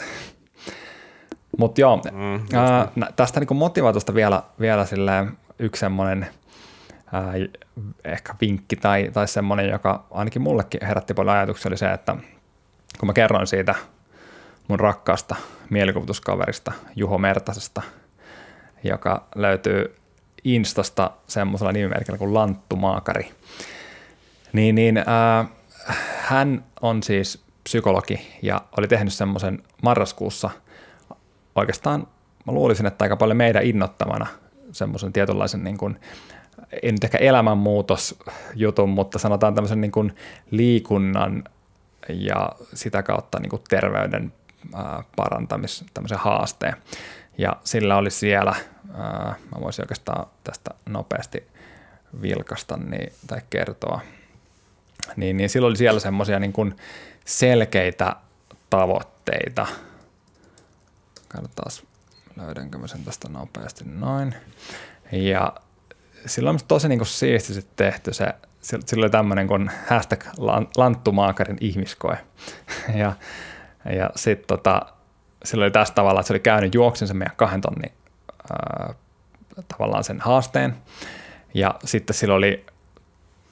Mutta joo, mm, ää, tästä niin motivaatosta vielä, vielä yksi semmoinen ää, ehkä vinkki tai, tai semmoinen, joka ainakin mullekin herätti paljon ajatuksia, oli se, että kun mä kerroin siitä mun rakkaasta mielikuvituskaverista Juho Mertasesta, joka löytyy Instasta semmoisella nimimerkillä kuin Lanttu Maakari, niin, niin ää, hän on siis psykologi ja oli tehnyt semmoisen marraskuussa oikeastaan, mä luulisin, että aika paljon meidän innoittamana semmoisen tietynlaisen, niin kuin, ei nyt ehkä elämänmuutosjutun, mutta sanotaan tämmöisen niin kuin liikunnan ja sitä kautta niin kuin terveyden ää, parantamis, tämmöisen haasteen. Ja sillä oli siellä, ää, mä voisin oikeastaan tästä nopeasti vilkasta niin, tai kertoa, niin, niin sillä oli siellä semmoisia niin kuin selkeitä tavoitteita. Katsotaan, löydänkö mä sen tästä nopeasti noin. Ja sillä on tosi niin kuin siististi tehty se, sillä oli tämmöinen kuin hashtag Lanttumaakarin ihmiskoe. ja ja sitten tota, sillä oli tästä tavalla, että se oli käynyt juoksensa meidän kahden tonnin ää, tavallaan sen haasteen. Ja sitten sillä oli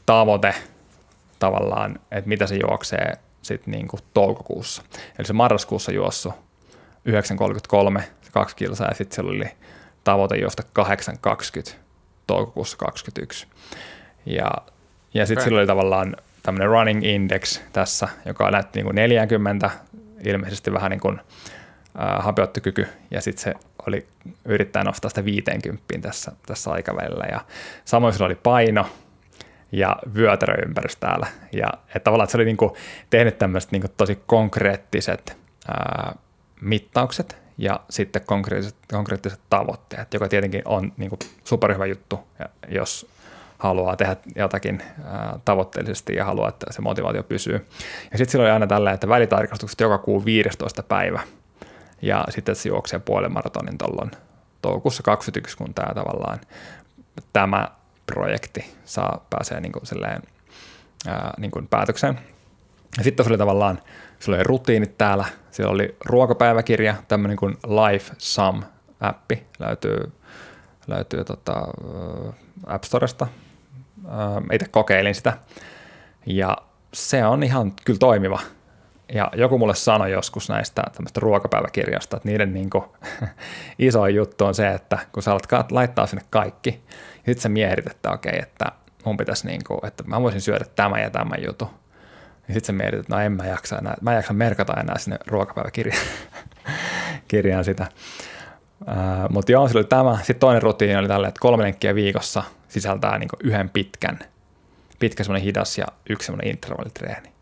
tavoite tavallaan, että mitä se juoksee sitten niin kuin toukokuussa. Eli se marraskuussa juossut yhdeksän kolmekymmentäkolme, kaksi kilsaa, ja sitten siellä oli tavoite juosta kahdeksan kaksikymmentä toukokuussa kaksikymmentäyksi. Ja, ja sitten okay. sillä oli tavallaan tämmöinen running index tässä, joka näytti niin kuin neljäkymmentä, ilmeisesti vähän niin kuin äh, hapeuttokyky, ja sitten se oli yrittää nostaa sitä viisikymmentä tässä, tässä aikavälillä. Ja samoin sillä oli paino ja vyötäröympärys täällä. Ja että tavallaan että se oli niin kuin tehnyt tämmöiset niin kuin tosi konkreettiset ää, mittaukset ja sitten konkreettiset, konkreettiset tavoitteet, joka tietenkin on niin kuin superhyvä juttu, jos haluaa tehdä jotakin ää, tavoitteellisesti ja haluaa, että se motivaatio pysyy. Ja sitten sillä oli aina tällä, että välitarkastukset joka kuu viidestoista päivä, ja sitten se juoksee puolen maratonin tuolloin toukokuussa kaksikymmentäyksi, kun tämä tavallaan tämä projekti saa pääsee niin kuin silleen, ää, niin kuin päätökseen. Ja sitten oli tavallaan, sillä oli rutiinit täällä, siellä oli ruokapäiväkirja, tämmöinen kuin Life Sum-appi, löytyy, löytyy tota, App Storesta. Itse kokeilin sitä, ja se on ihan kyllä toimiva. Ja joku mulle sanoi joskus näistä tämmöistä ruokapäiväkirjasta, että niiden niin kuin isoin juttu on se, että kun sä alat laittaa sinne kaikki, ja sitten sä mietit, että okei, että mun pitäisi, niin kuin, että mä voisin syödä tämän ja tämän jutun. Ja sitten sä mietit, että no en mä jaksa enää, mä en jaksa merkata enää sinne ruokapäiväkirjaan sitä. Uh, mutta joo, sillä oli tämä. Sitten toinen rutiini oli tällä, että kolme lenkkiä viikossa sisältää niin kuin yhden pitkän, pitkä semmoinen hidas ja yksi semmoinen intervallitreeni.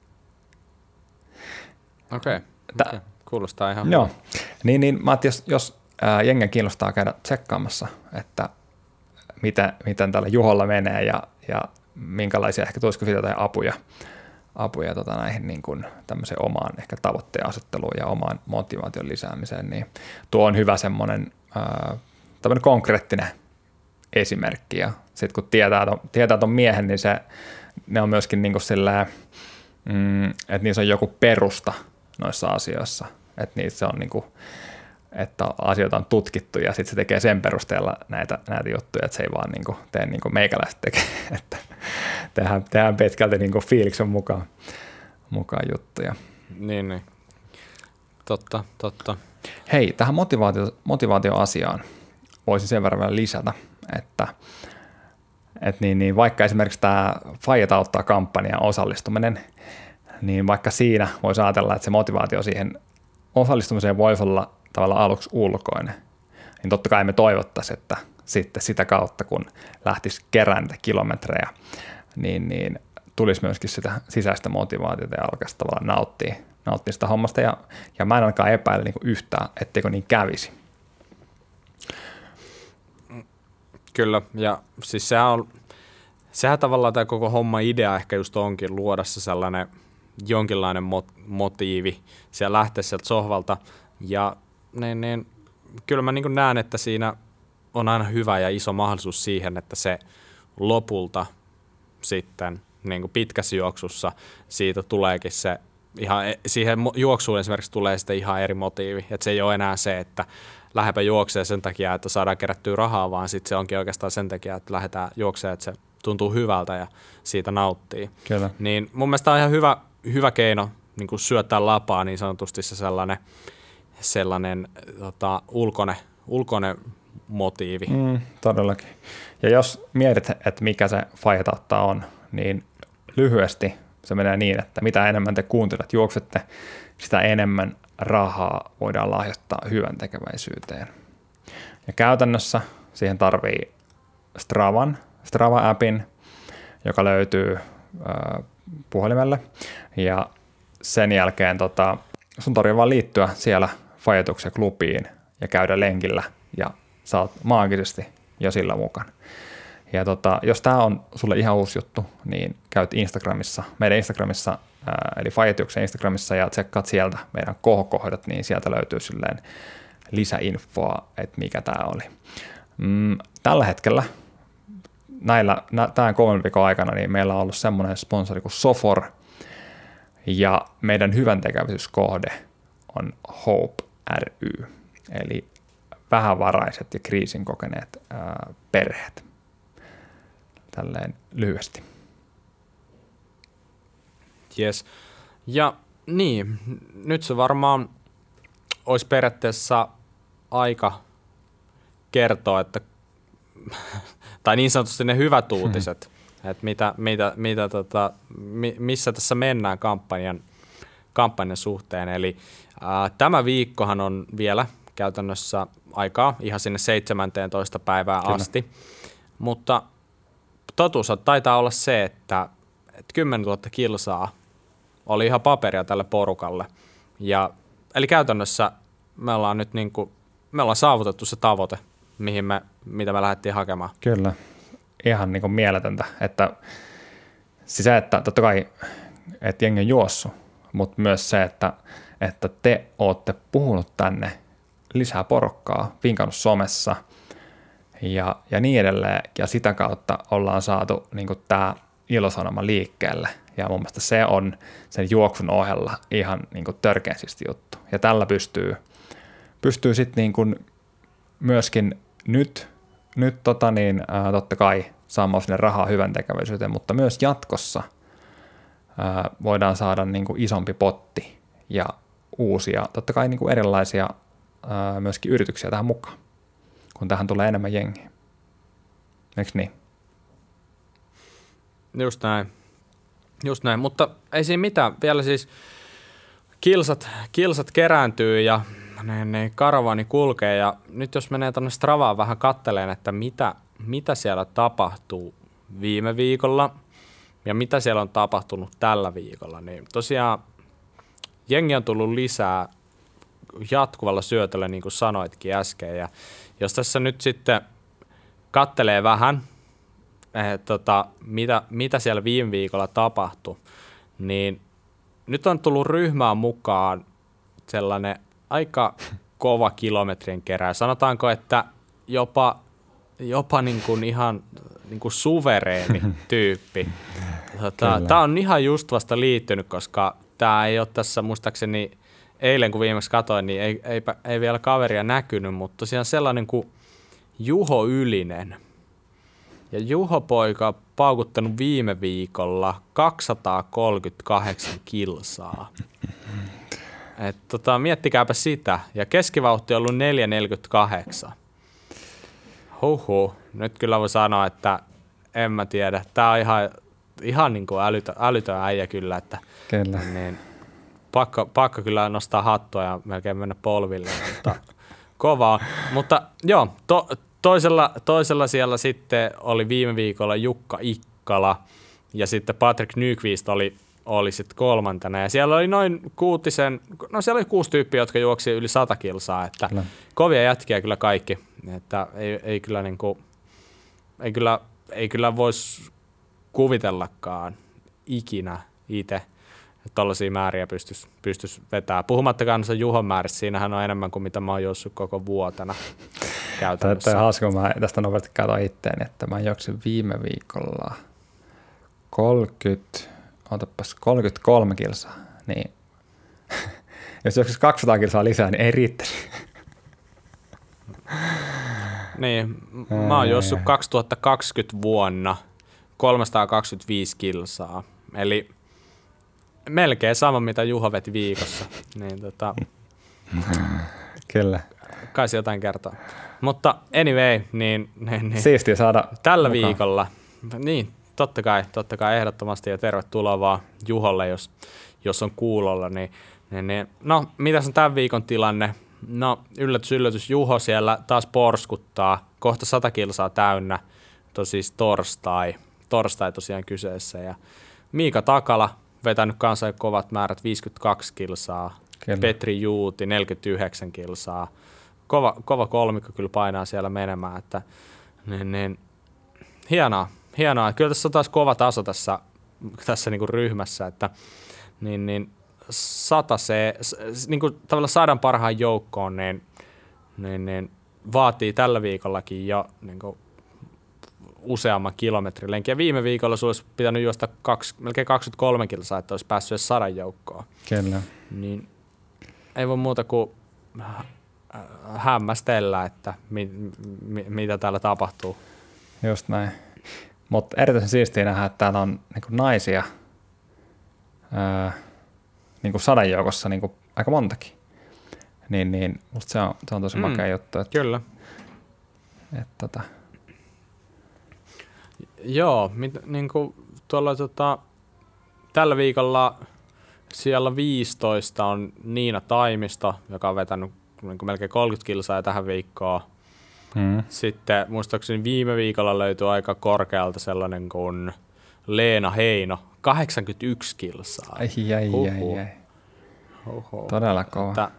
Okei, okay, okay. Kuulostaa ihan
joo. Niin, niin mä jos, jos ää, jengen kiinnostaa käydä tsekkaamassa, että mitä, miten tällä Juholla menee ja, ja minkälaisia ehkä tulisiko siitä jotain apuja, apuja tota näihin niin kuin tämmöiseen omaan ehkä tavoitteen asetteluun ja omaan motivaation lisäämiseen, niin tuo on hyvä semmoinen ää, tämmöinen konkreettinen esimerkki. Ja sitten kun tietää ton, tietää ton miehen, niin se, ne on myöskin niin kuin silleen, mm, että niissä on joku perusta noissa asioissa, että niissä on niin kuin, että asioita on tutkittu ja sitten se tekee sen perusteella näitä, näitä juttuja, että se ei vaan niin kuin tee niin kuin meikäläiset tekee, että tehdään, tehdään pitkälti niin kuin fiiliksen mukaan, mukaan juttuja.
Niin, niin. Totta, totta.
Hei, tähän motivaatio, motivaatioasiaan voisin sen verran vielä lisätä, että et niin, niin vaikka esimerkiksi tämä Fajat auttaa -kampanjan osallistuminen, niin vaikka siinä voisi ajatella, että se motivaatio siihen osallistumiseen voisi olla tavallaan aluksi ulkoinen, niin totta kai me toivottaisiin, että sitten sitä kautta, kun lähtisi kerään niitä kilometrejä, niin, niin tulisi myöskin sitä sisäistä motivaatiota ja alkaisi tavallaan nauttia, nauttia sitä hommasta. Ja, ja mä en ainakaan epäile niin kuin yhtään, etteikö niin kävisi.
Kyllä, ja siis sehän on, sehän tavallaan tämä koko homma idea ehkä just onkin luoda se sellainen jonkinlainen mot- motiivi siellä lähteä sieltä sohvalta, ja niin, niin, kyllä mä niin näen, että siinä on aina hyvä ja iso mahdollisuus siihen, että se lopulta sitten niin kuin pitkässä juoksussa siitä tuleekin se, ihan, siihen juoksuun esimerkiksi tulee sitten ihan eri motiivi, että se ei ole enää se, että lähdepä juoksee sen takia, että saadaan kerättyä rahaa, vaan sitten se onkin oikeastaan sen takia, että lähdetään juoksemaan, että se tuntuu hyvältä ja siitä nauttii.
Kyllä.
Niin mun mielestä on ihan hyvä, hyvä keino niin kuin syöttää lapaa niin sanotusti se sellainen, sellainen tota, ulkoinen, ulkoinen motiivi.
Mm, todellakin. Ja jos mietit, että mikä se Fajat auttaa on, niin lyhyesti se menee niin, että mitä enemmän te kuuntelet, juoksette, sitä enemmän rahaa voidaan lahjoittaa hyvän tekeväisyyteen. Ja käytännössä siihen tarvii Stravan, Strava-appin, joka löytyy äh, puhelimelle, ja sen jälkeen tota, sun tarvitsee vaan liittyä siellä Fajatuksen klubiin ja käydä lenkillä, ja sä oot maagisesti jo sillä mukana. Ja tota, jos tää on sulle ihan uusi juttu, niin käyt Instagramissa, meidän Instagramissa, ää, eli Fajatuksen Instagramissa, ja tsekkaat sieltä meidän kohokohdat, niin sieltä löytyy silleen lisäinfoa, että mikä tää oli. Mm, tällä hetkellä, näillä, nä, tämän kolmen viikon aikana, niin meillä on ollut semmoinen sponsori kuin Sofor, ja meidän hyväntekeväisyyskohde on Hope ry, eli vähävaraiset ja kriisin kokeneet ää, perheet. Tälleen lyhyesti.
Yes. Ja niin, nyt se varmaan olisi periaatteessa aika kertoa, että tai niin sanotusti ne hyvät uutiset, hmm. että mitä, mitä, mitä tota, missä tässä mennään kampanjan, kampanjan suhteen. Eli ää, tämä viikkohan on vielä käytännössä aikaa ihan sinne seitsemäntoista päivään Kyllä. asti, mutta totuus taitaa olla se, että, että kymmenentuhatta kilsaa oli ihan paperia tälle porukalle. Ja, eli käytännössä me ollaan nyt niin kuin, me ollaan saavutettu se tavoite, mihin me, mitä me lähdettiin hakemaan.
Kyllä, ihan niin kuin mieletöntä, että siis se, että totta kai, että jengi on juossut, mutta myös se, että, että te ootte puhunut tänne lisää porukkaa, vinkannut somessa ja, ja niin edelleen, ja sitä kautta ollaan saatu niin kuin tämä ilosanoma liikkeelle, ja mun mielestä se on sen juoksun ohella ihan niin kuin törkeän siisti juttu, ja tällä pystyy, pystyy sitten niin kuin myöskin nyt, nyt tota niin, ää, totta kai saamaan sinne rahaa hyvän tekeväisyyteen, mutta myös jatkossa ää, voidaan saada niin kuin isompi potti ja uusia, totta kai niin kuin erilaisia ää, myöskin yrityksiä tähän mukaan, kun tähän tulee enemmän jengiä. Eikö niin?
Just näin. Just näin, mutta ei siinä mitään. Vielä siis kilsat, kilsat kerääntyy ja ne, ne karavani kulkee ja nyt jos menee tuonne Stravaan vähän katteleen, että mitä, mitä siellä tapahtuu viime viikolla ja mitä siellä on tapahtunut tällä viikolla, niin tosiaan jengi on tullut lisää jatkuvalla syötöllä, niin kuin sanoitkin äsken, ja jos tässä nyt sitten kattelee vähän, eh, tota, mitä, mitä siellä viime viikolla tapahtui, niin nyt on tullut ryhmään mukaan sellainen aika kova kilometrien kerää. Sanotaanko, että jopa, jopa niin kuin ihan niin kuin suvereeni tyyppi. Tota, tämä on ihan just vasta liittynyt, koska tämä ei ole tässä muistaakseni eilen, kun viimeksi katsoin, niin ei, ei, ei vielä kaveria näkynyt, mutta tosiaan sellainen kuin Juho Ylinen. Ja Juho poika on paukuttanut viime viikolla kaksisataakolmekymmentäkahdeksan kilsaa. Et tota, miettikääpä sitä. Ja keskivauhti on ollut neljä pilkku neljäkymmentäkahdeksan. Huhhuh. Nyt kyllä voi sanoa, että en mä tiedä. Tää on ihan, ihan niin kuin älytön, älytön äijä kyllä. Että,
kyllä.
Niin, pakko, pakko kyllä nostaa hattua ja melkein mennä polville. Mutta kova on. Mutta joo, to, toisella, toisella siellä sitten oli viime viikolla Jukka Ikkala. Ja sitten Patrick Nyqvist oli oli sitten kolmantena, ja siellä oli noin kuutisen, no siellä oli kuusi tyyppiä, jotka juoksi yli sata kilsaa, että kyllä. Kovia jätkiä kyllä kaikki, että ei, ei kyllä niinku, ei kyllä, ei kyllä voisi kuvitellakaan ikinä itse, että tollaisia määriä pystyisi pystyis vetämään. Puhumattakaan se Juhon määristä, siinähän on enemmän kuin mitä mä oon juossut koko vuotena käytännössä.
Tämä on hauska, kun mä tästä nopeasti katsoin itteeni, että mä juoksin viime viikolla kolmekymmentä Otapas kolmekymmentäkolme kilsaa, niin jos joskus kaksisataa kilsaa lisää, niin ei riittäisi.
Niin, mä oon juossut kaksituhattakaksikymmentä vuonna kolmesataakaksikymmentäviisi kilsaa, eli melkein sama, mitä Juho veti viikossa. Niin, tota,
Kyllä.
Kai se jotain kertoo. Mutta anyway, niin, niin, niin
siistiä saada
tällä
mukaan.
viikolla, niin totta kai, totta kai ehdottomasti ja tervetuloa vaan Juholle, jos, jos on kuulolla. Niin, niin, niin. No, mitäs on tämän viikon tilanne? No, yllätys, yllätys, Juho siellä taas porskuttaa, kohta sata kilsaa täynnä, tosiaan torstai, torstai tosiaan kyseessä. Ja Miika Takala vetänyt kanssa kovat määrät, viisikymmentäkaksi kilsaa, kyllä. Petri Juuti neljäkymmentäyhdeksän kilsaa, kova, kova kolmikko kyllä painaa siellä menemään, että niin, niin, hienoa. Hienoa. Kyllä tässä on taas kova taso tässä, tässä niinku ryhmässä, että niin, niin sata se, niinku tavallaan sadan parhaan joukkoon, niin, niin, niin vaatii tällä viikollakin jo niinku useamman kilometrilenkin. Ja viime viikolla se olisi pitänyt juosta kaksi, melkein kaksikymmentäkolme kilsaa, että olisi päässyt edes sadan joukkoon.
Kyllä.
Niin ei voi muuta kuin hämmästellä, että mi, mi, mitä täällä tapahtuu.
Just näin. Mutta erityisen siistiä nähdä, että täällä on niin naisia ää, niin kuin sadan joukossa niin kuin aika montakin. Niin, niin musta se on, se on tosi mm, makea juttu. Että,
kyllä.
Että, tota.
Joo, mit, niin kuin tuolla tota, tällä viikolla siellä viisitoista on Niina Taimisto, joka on vetänyt niin kuin melkein kolmekymmentä kilsaa tähän viikkoon. Mm. Sitten muistaakseni viime viikolla löytyi aika korkealta sellainen kuin Leena Heino, kahdeksankymmentäyksi kilsaa.
Ai, ai, ai, ai. Huhhuh. Todella kova. Että,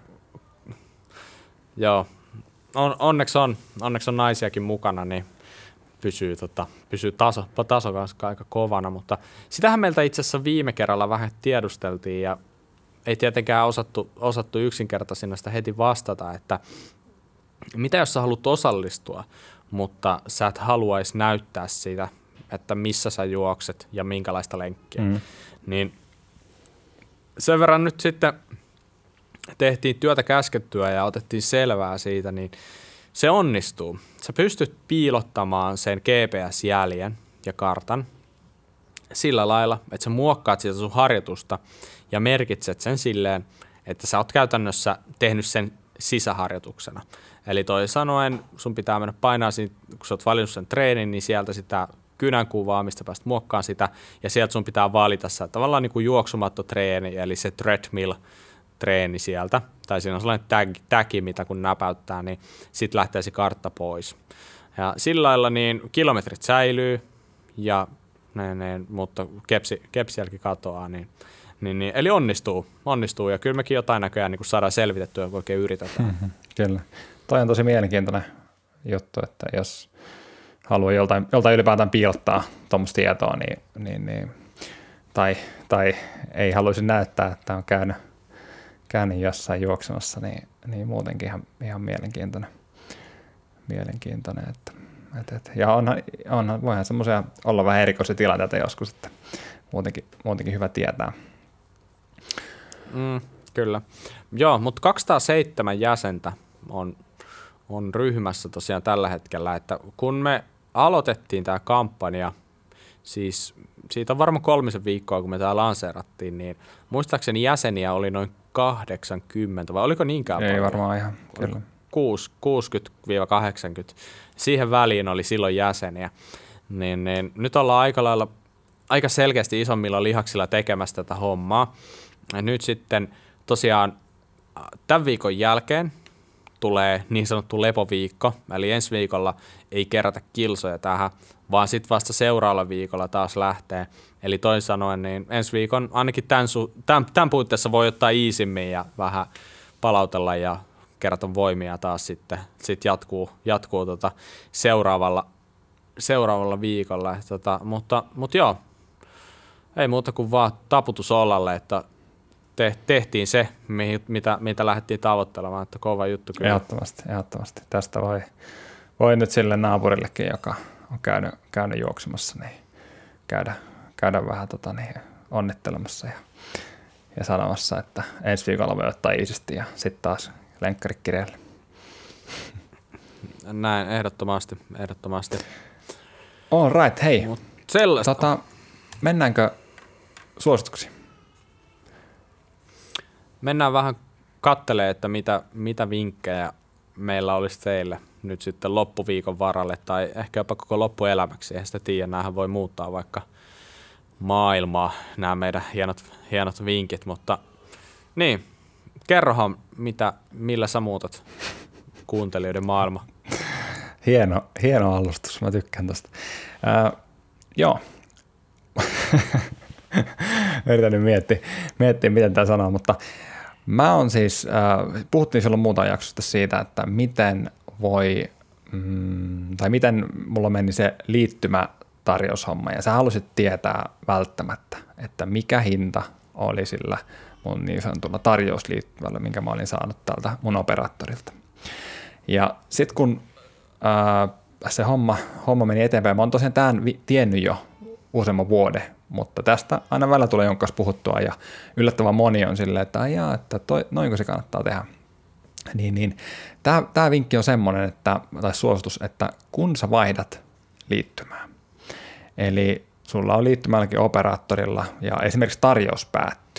joo, on, onneksi, on, onneksi on naisiakin mukana, niin pysyy, tota, pysyy taso, taso kanssa aika kovana, mutta sitähän meiltä itse asiassa viime kerralla vähän tiedusteltiin ja ei tietenkään osattu, osattu yksinkertaisina sitä heti vastata, että mitä jos sä haluat osallistua, mutta sä et haluaisi näyttää siitä, että missä sä juokset ja minkälaista lenkkiä, mm. niin sen verran nyt sitten tehtiin työtä käskettyä ja otettiin selvää siitä, niin se onnistuu. Sä pystyt piilottamaan sen G P S-jäljen ja kartan sillä lailla, että sä muokkaat sitä sun harjoitusta ja merkitset sen silleen, että sä oot käytännössä tehnyt sen sisäharjoituksena. Eli toisin sanoen sun pitää mennä painaa, siinä, kun sä oot valinnut sen treenin, niin sieltä sitä kynänkuvaa, mistä pääst muokkaan sitä, ja sieltä sun pitää valita se tavallaan niin kuin juoksumattotreeni, eli se treadmill-treeni sieltä, tai siinä on sellainen tag, tagi, mitä kun näpäyttää, niin sitten lähtee se kartta pois. Ja sillä lailla niin kilometrit säilyy, ja ne, ne, mutta kepsi, kepsijälki katoaa, niin, niin, niin, eli onnistuu, onnistuu, ja kyllä mekin jotain näköjään niin kuin saadaan selvitettyä, kun oikein yritetään.
Mm-hmm, kyllä. Toi on tosi mielenkiintoinen juttu, että jos haluaa joltain, joltain ylipäätään piilottaa tuommoista tietoa, niin, niin, niin, tai, tai ei haluaisi näyttää, että on käynyt, käynyt jossain juoksemassa, niin, niin muutenkin ihan, ihan mielenkiintoinen. mielenkiintoinen että, et, et. Ja onhan, onhan, voihan semmoisia olla vähän erikoisia tilanteita joskus, että muutenkin, muutenkin hyvä tietää.
Mm, kyllä. Joo, mutta kaksisataaseitsemän jäsentä on, on ryhmässä tosiaan tällä hetkellä, että kun me aloitettiin tämä kampanja, siis siitä on varmaan kolmisen viikkoa, kun me tämä lanseerattiin, niin muistaakseni jäseniä oli noin kahdeksankymmentä, vai oliko niinkään
Ei
paljon?
Ei varmaan ihan, kyllä.
kuusikymmentä kahdeksankymmentä. Siihen väliin oli silloin jäseniä. Niin, niin, nyt ollaan aika lailla, aika selkeästi isommilla lihaksilla tekemässä tätä hommaa. Ja nyt sitten tosiaan tämän viikon jälkeen tulee niin sanottu lepoviikko, eli ensi viikolla ei kerätä kilsoja tähän, vaan sitten vasta seuraavalla viikolla taas lähtee. Eli toisin sanoen, niin ensi viikon ainakin tämän, su- tämän, tämän puitteissa voi ottaa iisimmin ja vähän palautella ja kerätä voimia taas sitten. Sitten jatkuu, jatkuu tota seuraavalla, seuraavalla viikolla. Tota, mutta, mutta joo, ei muuta kuin vaan taputus olalle, että tehtiin se, mitä, mitä lähdettiin tavoittelemaan, että kova juttu kyllä.
Ehdottomasti, ehdottomasti. Tästä voi, voi nyt sille naapurillekin, joka on käynyt, käynyt juoksemassa, niin käydä, käydä vähän tota, niin, onnittelemassa ja, ja sanomassa, että ensi viikolla voi ottaa iisisti ja sitten taas lenkkarit kireelle.
Näin, ehdottomasti, ehdottomasti.
All right, hei. Tota, mennäänkö suosituksiin?
Mennään vähän katselemaan, että mitä, mitä vinkkejä meillä olisi teille nyt sitten loppuviikon varalle tai ehkä jopa koko loppuelämäksi. Eihän sitä tiedä, näähän voi muuttaa vaikka maailmaa, nämä meidän hienot, hienot vinkit, mutta niin, kerrohan, mitä, millä sä muutat kuuntelijoiden maailma.
Hieno, hieno alustus, mä tykkään tosta. Äh, joo. Yritän nyt miettiä, miettiä, miten tämä sanoo, mutta mä oon siis, äh, puhuttiin silloin muutaman jaksosta siitä, että miten voi, mm, tai miten mulla meni se liittymätarjoushomma, ja sä halusit tietää välttämättä, että mikä hinta oli sillä mun niin sanotulla tarjousliittymällä, minkä mä olin saanut tältä mun operaattorilta. Ja sit kun äh, se homma, homma meni eteenpäin, mä oon tosiaan tämän vi- tiennyt jo useamman vuoden, mutta tästä aina välillä tulee jonkun kanssa puhuttua ja yllättävän moni on silleen, että aijaa, että toi, noinko se kannattaa tehdä. Niin, niin. Tämä, tämä vinkki on semmoinen, että, tai suositus, että kun sä vaihdat liittymää, eli sulla on liittymälläkin operaattorilla ja esimerkiksi tarjous päättyy,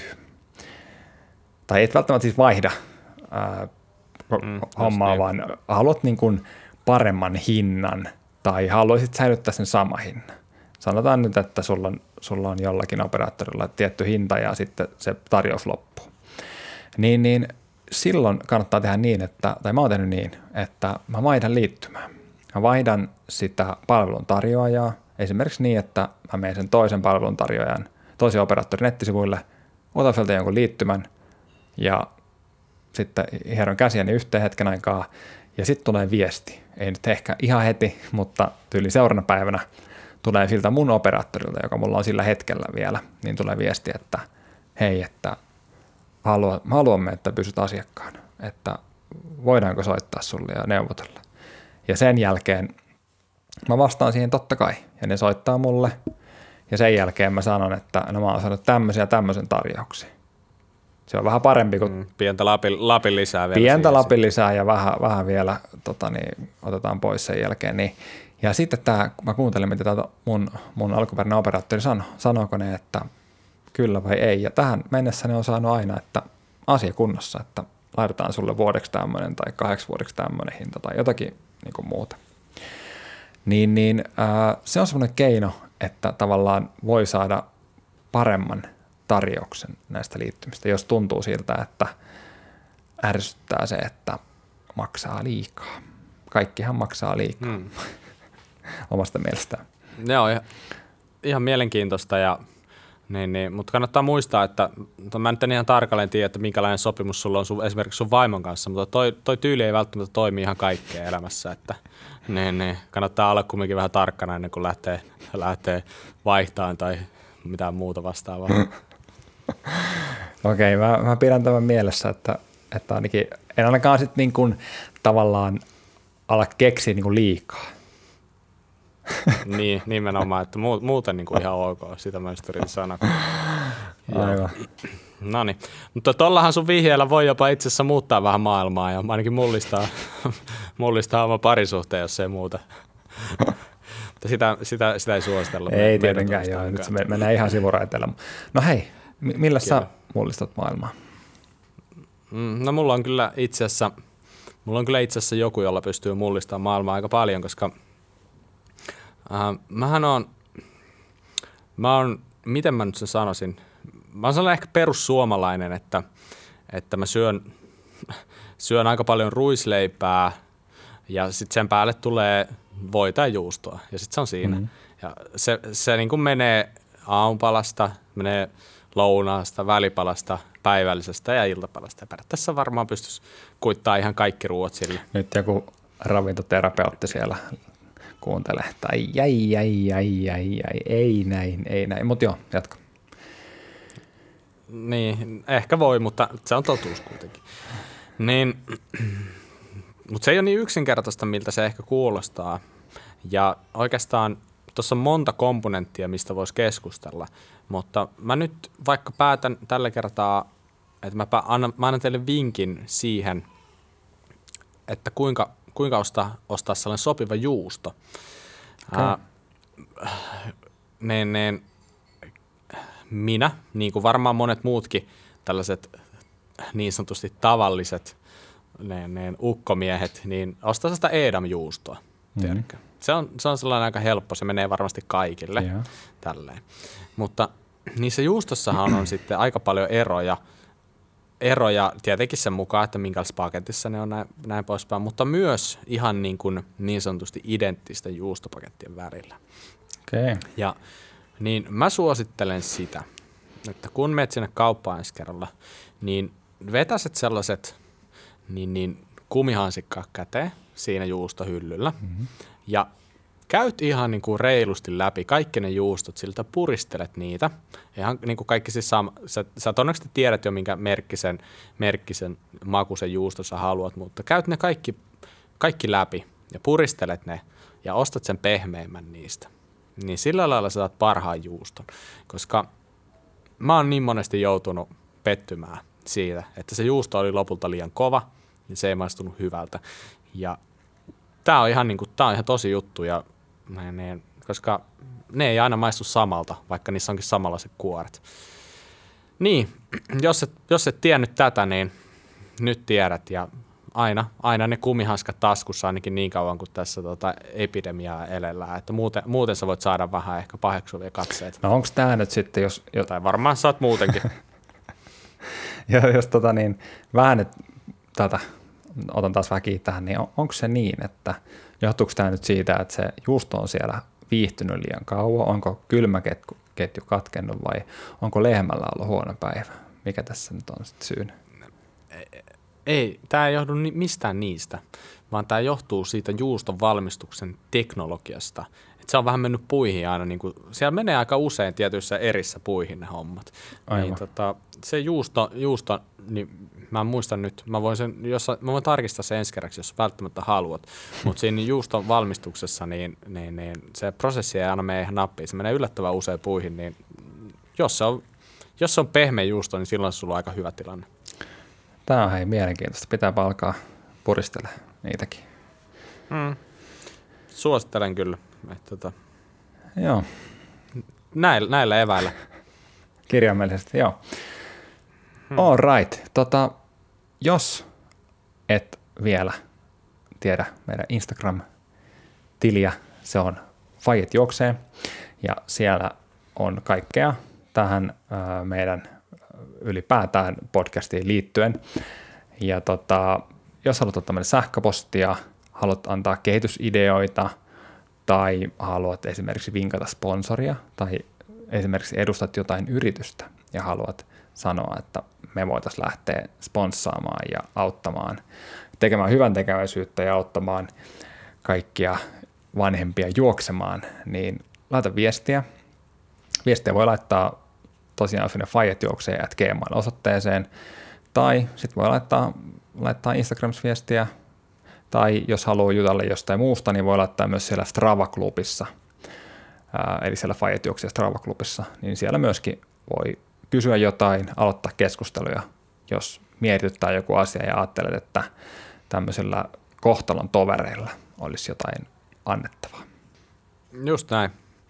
tai et välttämättä siis vaihda ää,
Mm,
hommaa,
niin.
vaan haluat niin kuin paremman hinnan tai haluaisit säilyttää sen sama hinnan. Sanotaan nyt, että sulla on, sulla on jollakin operaattorilla tietty hinta ja sitten se tarjous loppuu. Niin, niin silloin kannattaa tehdä niin, että, tai mä oon tehnyt niin, että mä vaihdan liittymää. Mä vaihdan sitä palveluntarjoajaa esimerkiksi niin, että mä menen sen toisen palveluntarjoajan, toisen operaattorin nettisivuille, otan sieltä jonkun liittymän ja sitten hieron käsiäni yhteen hetken aikaa ja sitten tulee viesti. Ei nyt ehkä ihan heti, mutta tyyli seuraavana päivänä tulee siltä mun operaattorilta, joka mulla on sillä hetkellä vielä, niin tulee viesti, että hei, että haluamme, että pysyt asiakkaana, että voidaanko soittaa sulle ja neuvotella. Ja sen jälkeen mä vastaan siihen totta kai, ja ne soittaa mulle, ja sen jälkeen mä sanon, että no mä oon saanut tämmöisen ja tämmöisen tarjouksen. Se on vähän parempi kuin...
Mm, pientä lapin, lapin lisää vielä.
Pientä lapin lisää ja vähän, vähän vielä tota niin, otetaan pois sen jälkeen. Niin. Ja sitten tämä, mä kuuntelin, mitä tämä mun, mun alkuperäinen operaattori sanoi. Sanoiko ne, että kyllä vai ei. Ja tähän mennessä ne on saanut aina, että asia kunnossa, että laitetaan sulle vuodeksi tämmöinen tai kahdeksi vuodeksi tämmöinen hinta tai jotakin niin kuin muuta. Niin, niin äh, se on semmoinen keino, että tavallaan voi saada paremman tarjouksen näistä liittymistä, jos tuntuu siltä, että ärsyttää se, että maksaa liikaa. Kaikkihan maksaa liikaa hmm. omasta mielestään.
Joo, ihan, ihan mielenkiintoista, ja, niin, niin, mutta kannattaa muistaa, että mä nyt en ihan tarkalleen tiedä, että minkälainen sopimus sulla on sun, esimerkiksi sun vaimon kanssa, mutta toi, toi tyyli ei välttämättä toimi ihan kaikkea elämässä, että niin, niin, kannattaa olla kumminkin vähän tarkkana ennen kuin lähtee, lähtee vaihtamaan tai mitään muuta vastaavaa.
Okei, mä, mä pidän tämän mielessä, että, että ainakin en ainakaan sitten niin kuin tavallaan ala keksiä niin kuin liikaa.
Niin, nimenomaan, että muuten niin kuin ihan ok, sitä mä just yritin sanoa.
Aivan.
No niin, mutta tollahan sun vihjeellä voi jopa itse asiassa muuttaa vähän maailmaa ja ainakin mullistaa, mullistaa oma parisuhteen, jos ei muuta. Mutta sitä, sitä, sitä ei suositella.
Ei tietenkään, joo, nyt se mennään ihan sivuraiteella. No hei, millä sä mullistat maailmaa?
No mulla on kyllä itse asiassa, mulla on kyllä itse asiassa joku, jolla pystyy mullistamaan maailmaa aika paljon, koska äh, mähän on, mä oon, miten mä nyt sen sanoisin, mä oon sellainen ehkä perussuomalainen, että, että mä syön, syön aika paljon ruisleipää ja sitten sen päälle tulee voi tai juustoa ja sitten se on siinä. Mm-hmm. Ja se, se niin kuin menee aamupalasta, menee lounaasta, välipalasta, päivällisestä ja iltapalasta. Ja periaatteessa varmaan pystyisi kuittaa ihan kaikki ruoat sille.
Nyt joku ravintoterapeutti siellä kuuntelee, että ai, ai, ai, ai, ai, ai, ei näin, ei näin. Mutta joo, jatka.
Niin, ehkä voi, mutta se on totuus kuitenkin. Niin, mutta se ei ole niin yksinkertaista, miltä se ehkä kuulostaa. Ja oikeastaan tuossa on monta komponenttia, mistä voisi keskustella, mutta mä nyt vaikka päätän tällä kertaa, että mä annan, mä annan teille vinkin siihen, että kuinka, kuinka ostaa, ostaa sellainen sopiva juusto. Okay. Äh, niin, niin, minä, niin kuin varmaan monet muutkin tällaiset niin sanotusti tavalliset ne, ne ukkomiehet, niin ostaa sitä Edam-juustoa. Mm-hmm. Se on, se on sellainen aika helppo, se menee varmasti kaikille. Yeah. Tälleen. Mutta niissä juustossahan on sitten aika paljon eroja, eroja tietenkin sen mukaan, että minkälaisessa paketissa ne on näin, näin poispäin, mutta myös ihan niin, kuin niin sanotusti identtisten juustopakettien värillä.
Okay.
Ja niin mä suosittelen sitä, että kun menet sinne kauppaan ensi kerralla, niin vetäiset sellaiset niin, niin kumihansikkaa käteen siinä juustohyllyllä mm-hmm. ja käyt ihan niin kuin reilusti läpi kaikki ne juustot, siltä puristelet niitä. Ihan niin kuin kaikki siis sama, sä, sä todennäköisesti tiedät jo, minkä merkkisen, merkkisen makuisen juusto sä haluat, mutta käyt ne kaikki, kaikki läpi ja puristelet ne ja ostat sen pehmeimmän niistä. Niin sillä lailla sä saat parhaan juuston, koska mä oon niin monesti joutunut pettymään siitä, että se juusto oli lopulta liian kova, niin se ei maistunut hyvältä. Ja tää on ihan, niin kuin, tää on ihan tosi juttu, ja, koska ne ei aina maistu samalta, vaikka niissä onkin samanlaiset kuoret. Niin, jos et, jos et tiennyt tätä, niin nyt tiedät ja aina, aina ne kumihanskat taskussa ainakin niin kauan kuin tässä tota epidemiaa elellään, että muuten, muuten sä voit saada vähän ehkä paheksuvia katseita.
No onko tämä nyt sitten, jos... jos...
Tai varmaan saat muutenkin.
ja jos tota niin, vähän nyt tätä, otan taas vähän kiinni tähän, niin on, onko se niin, että johtuuko tämä nyt siitä, että se juusto on siellä viihtynyt liian kauan, onko kylmäketju katkennut vai onko lehmällä ollut huono päivä? Mikä tässä nyt on sitten syynä?
Ei, tämä ei johdu mistään niistä, vaan tämä johtuu siitä juuston valmistuksen teknologiasta. Et se on vähän mennyt puihin aina, niin kuin, siellä menee aika usein tietyissä erissä puihin ne hommat. Niin, tota, se juusto, juusto niin mä muistan nyt, mä voin, sen, jos, mä voin tarkistaa sen ensi kerraksi, jos välttämättä haluat, mutta siinä juuston valmistuksessa niin, niin, niin se prosessi ei aina mene ihan nappiin, se menee yllättävän usein puihin, niin jos se on, jos se on pehmeä juusto, niin silloin sulla on aika hyvä tilanne.
Tämä on hei mielenkiintoista. Pitääpä alkaa puristella niitäkin.
Mm. Suosittelen kyllä. Että tota,
joo.
Näillä, näillä eväillä.
Kirjaimellisesti, joo. Hmm. All right. Tota, jos et vielä tiedä meidän Instagram-tiliä, se on Faijat juoksee, ja siellä on kaikkea tähän ää, meidän ylipäätään podcastiin liittyen. Ja tota, jos haluat ottaa meille sähköpostia, haluat antaa kehitysideoita tai haluat esimerkiksi vinkata sponsoria tai esimerkiksi edustat jotain yritystä ja haluat sanoa, että me voitaisiin lähteä sponssaamaan ja auttamaan, tekemään hyvän tekeväisyyttä ja auttamaan kaikkia vanhempia juoksemaan, niin laita viestiä. Viestiä voi laittaa tosiaan sinne faijatjuoksee at gmail osoitteeseen, tai sitten voi laittaa, laittaa Instagrams-viestiä, tai jos haluaa jutella jostain muusta, niin voi laittaa myös siellä Strava-klubissa, ää, eli siellä faijatjuoksee Strava-klubissa, niin siellä myöskin voi kysyä jotain, aloittaa keskusteluja, jos mietityttää joku asia ja ajattelet, että tämmöisellä kohtalon tovereilla olisi jotain annettavaa.
Just näin.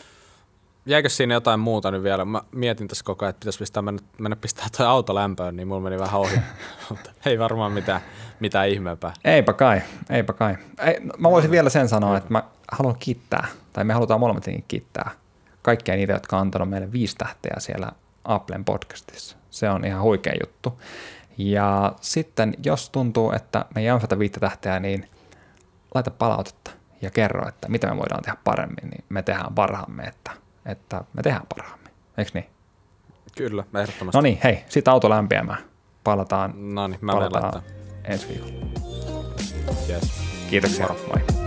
Jäikö siinä jotain muuta nyt vielä? Mä mietin tässä koko ajan, että pitäisi pistää mennä, mennä pistää toi auto lämpöön, niin mulla meni vähän ohi. Mutta ei varmaan mitään, mitään ihmeempää.
Eipä kai, eipä kai. Ei, mä voisin vielä sen sanoa, että mä haluan kiittää, tai me halutaan molemmatkin kiittää kaikkia niitä, jotka on antanut meille viisi tähteä siellä Applen podcastissa. Se on ihan huikea juttu. Ja sitten, jos tuntuu, että me ei ansaita viittä tähteä, niin laita palautetta ja kerro, että mitä me voidaan tehdä paremmin, niin me tehdään parhaamme, että että me tehdään parhaamme. Eikö niin?
Kyllä, ehdottomasti.
No niin, hei, sit auto lämpiämään. Palataan,
no niin, mä
palataan ensi viikolla.
Yes.
Kiitoksia, moi.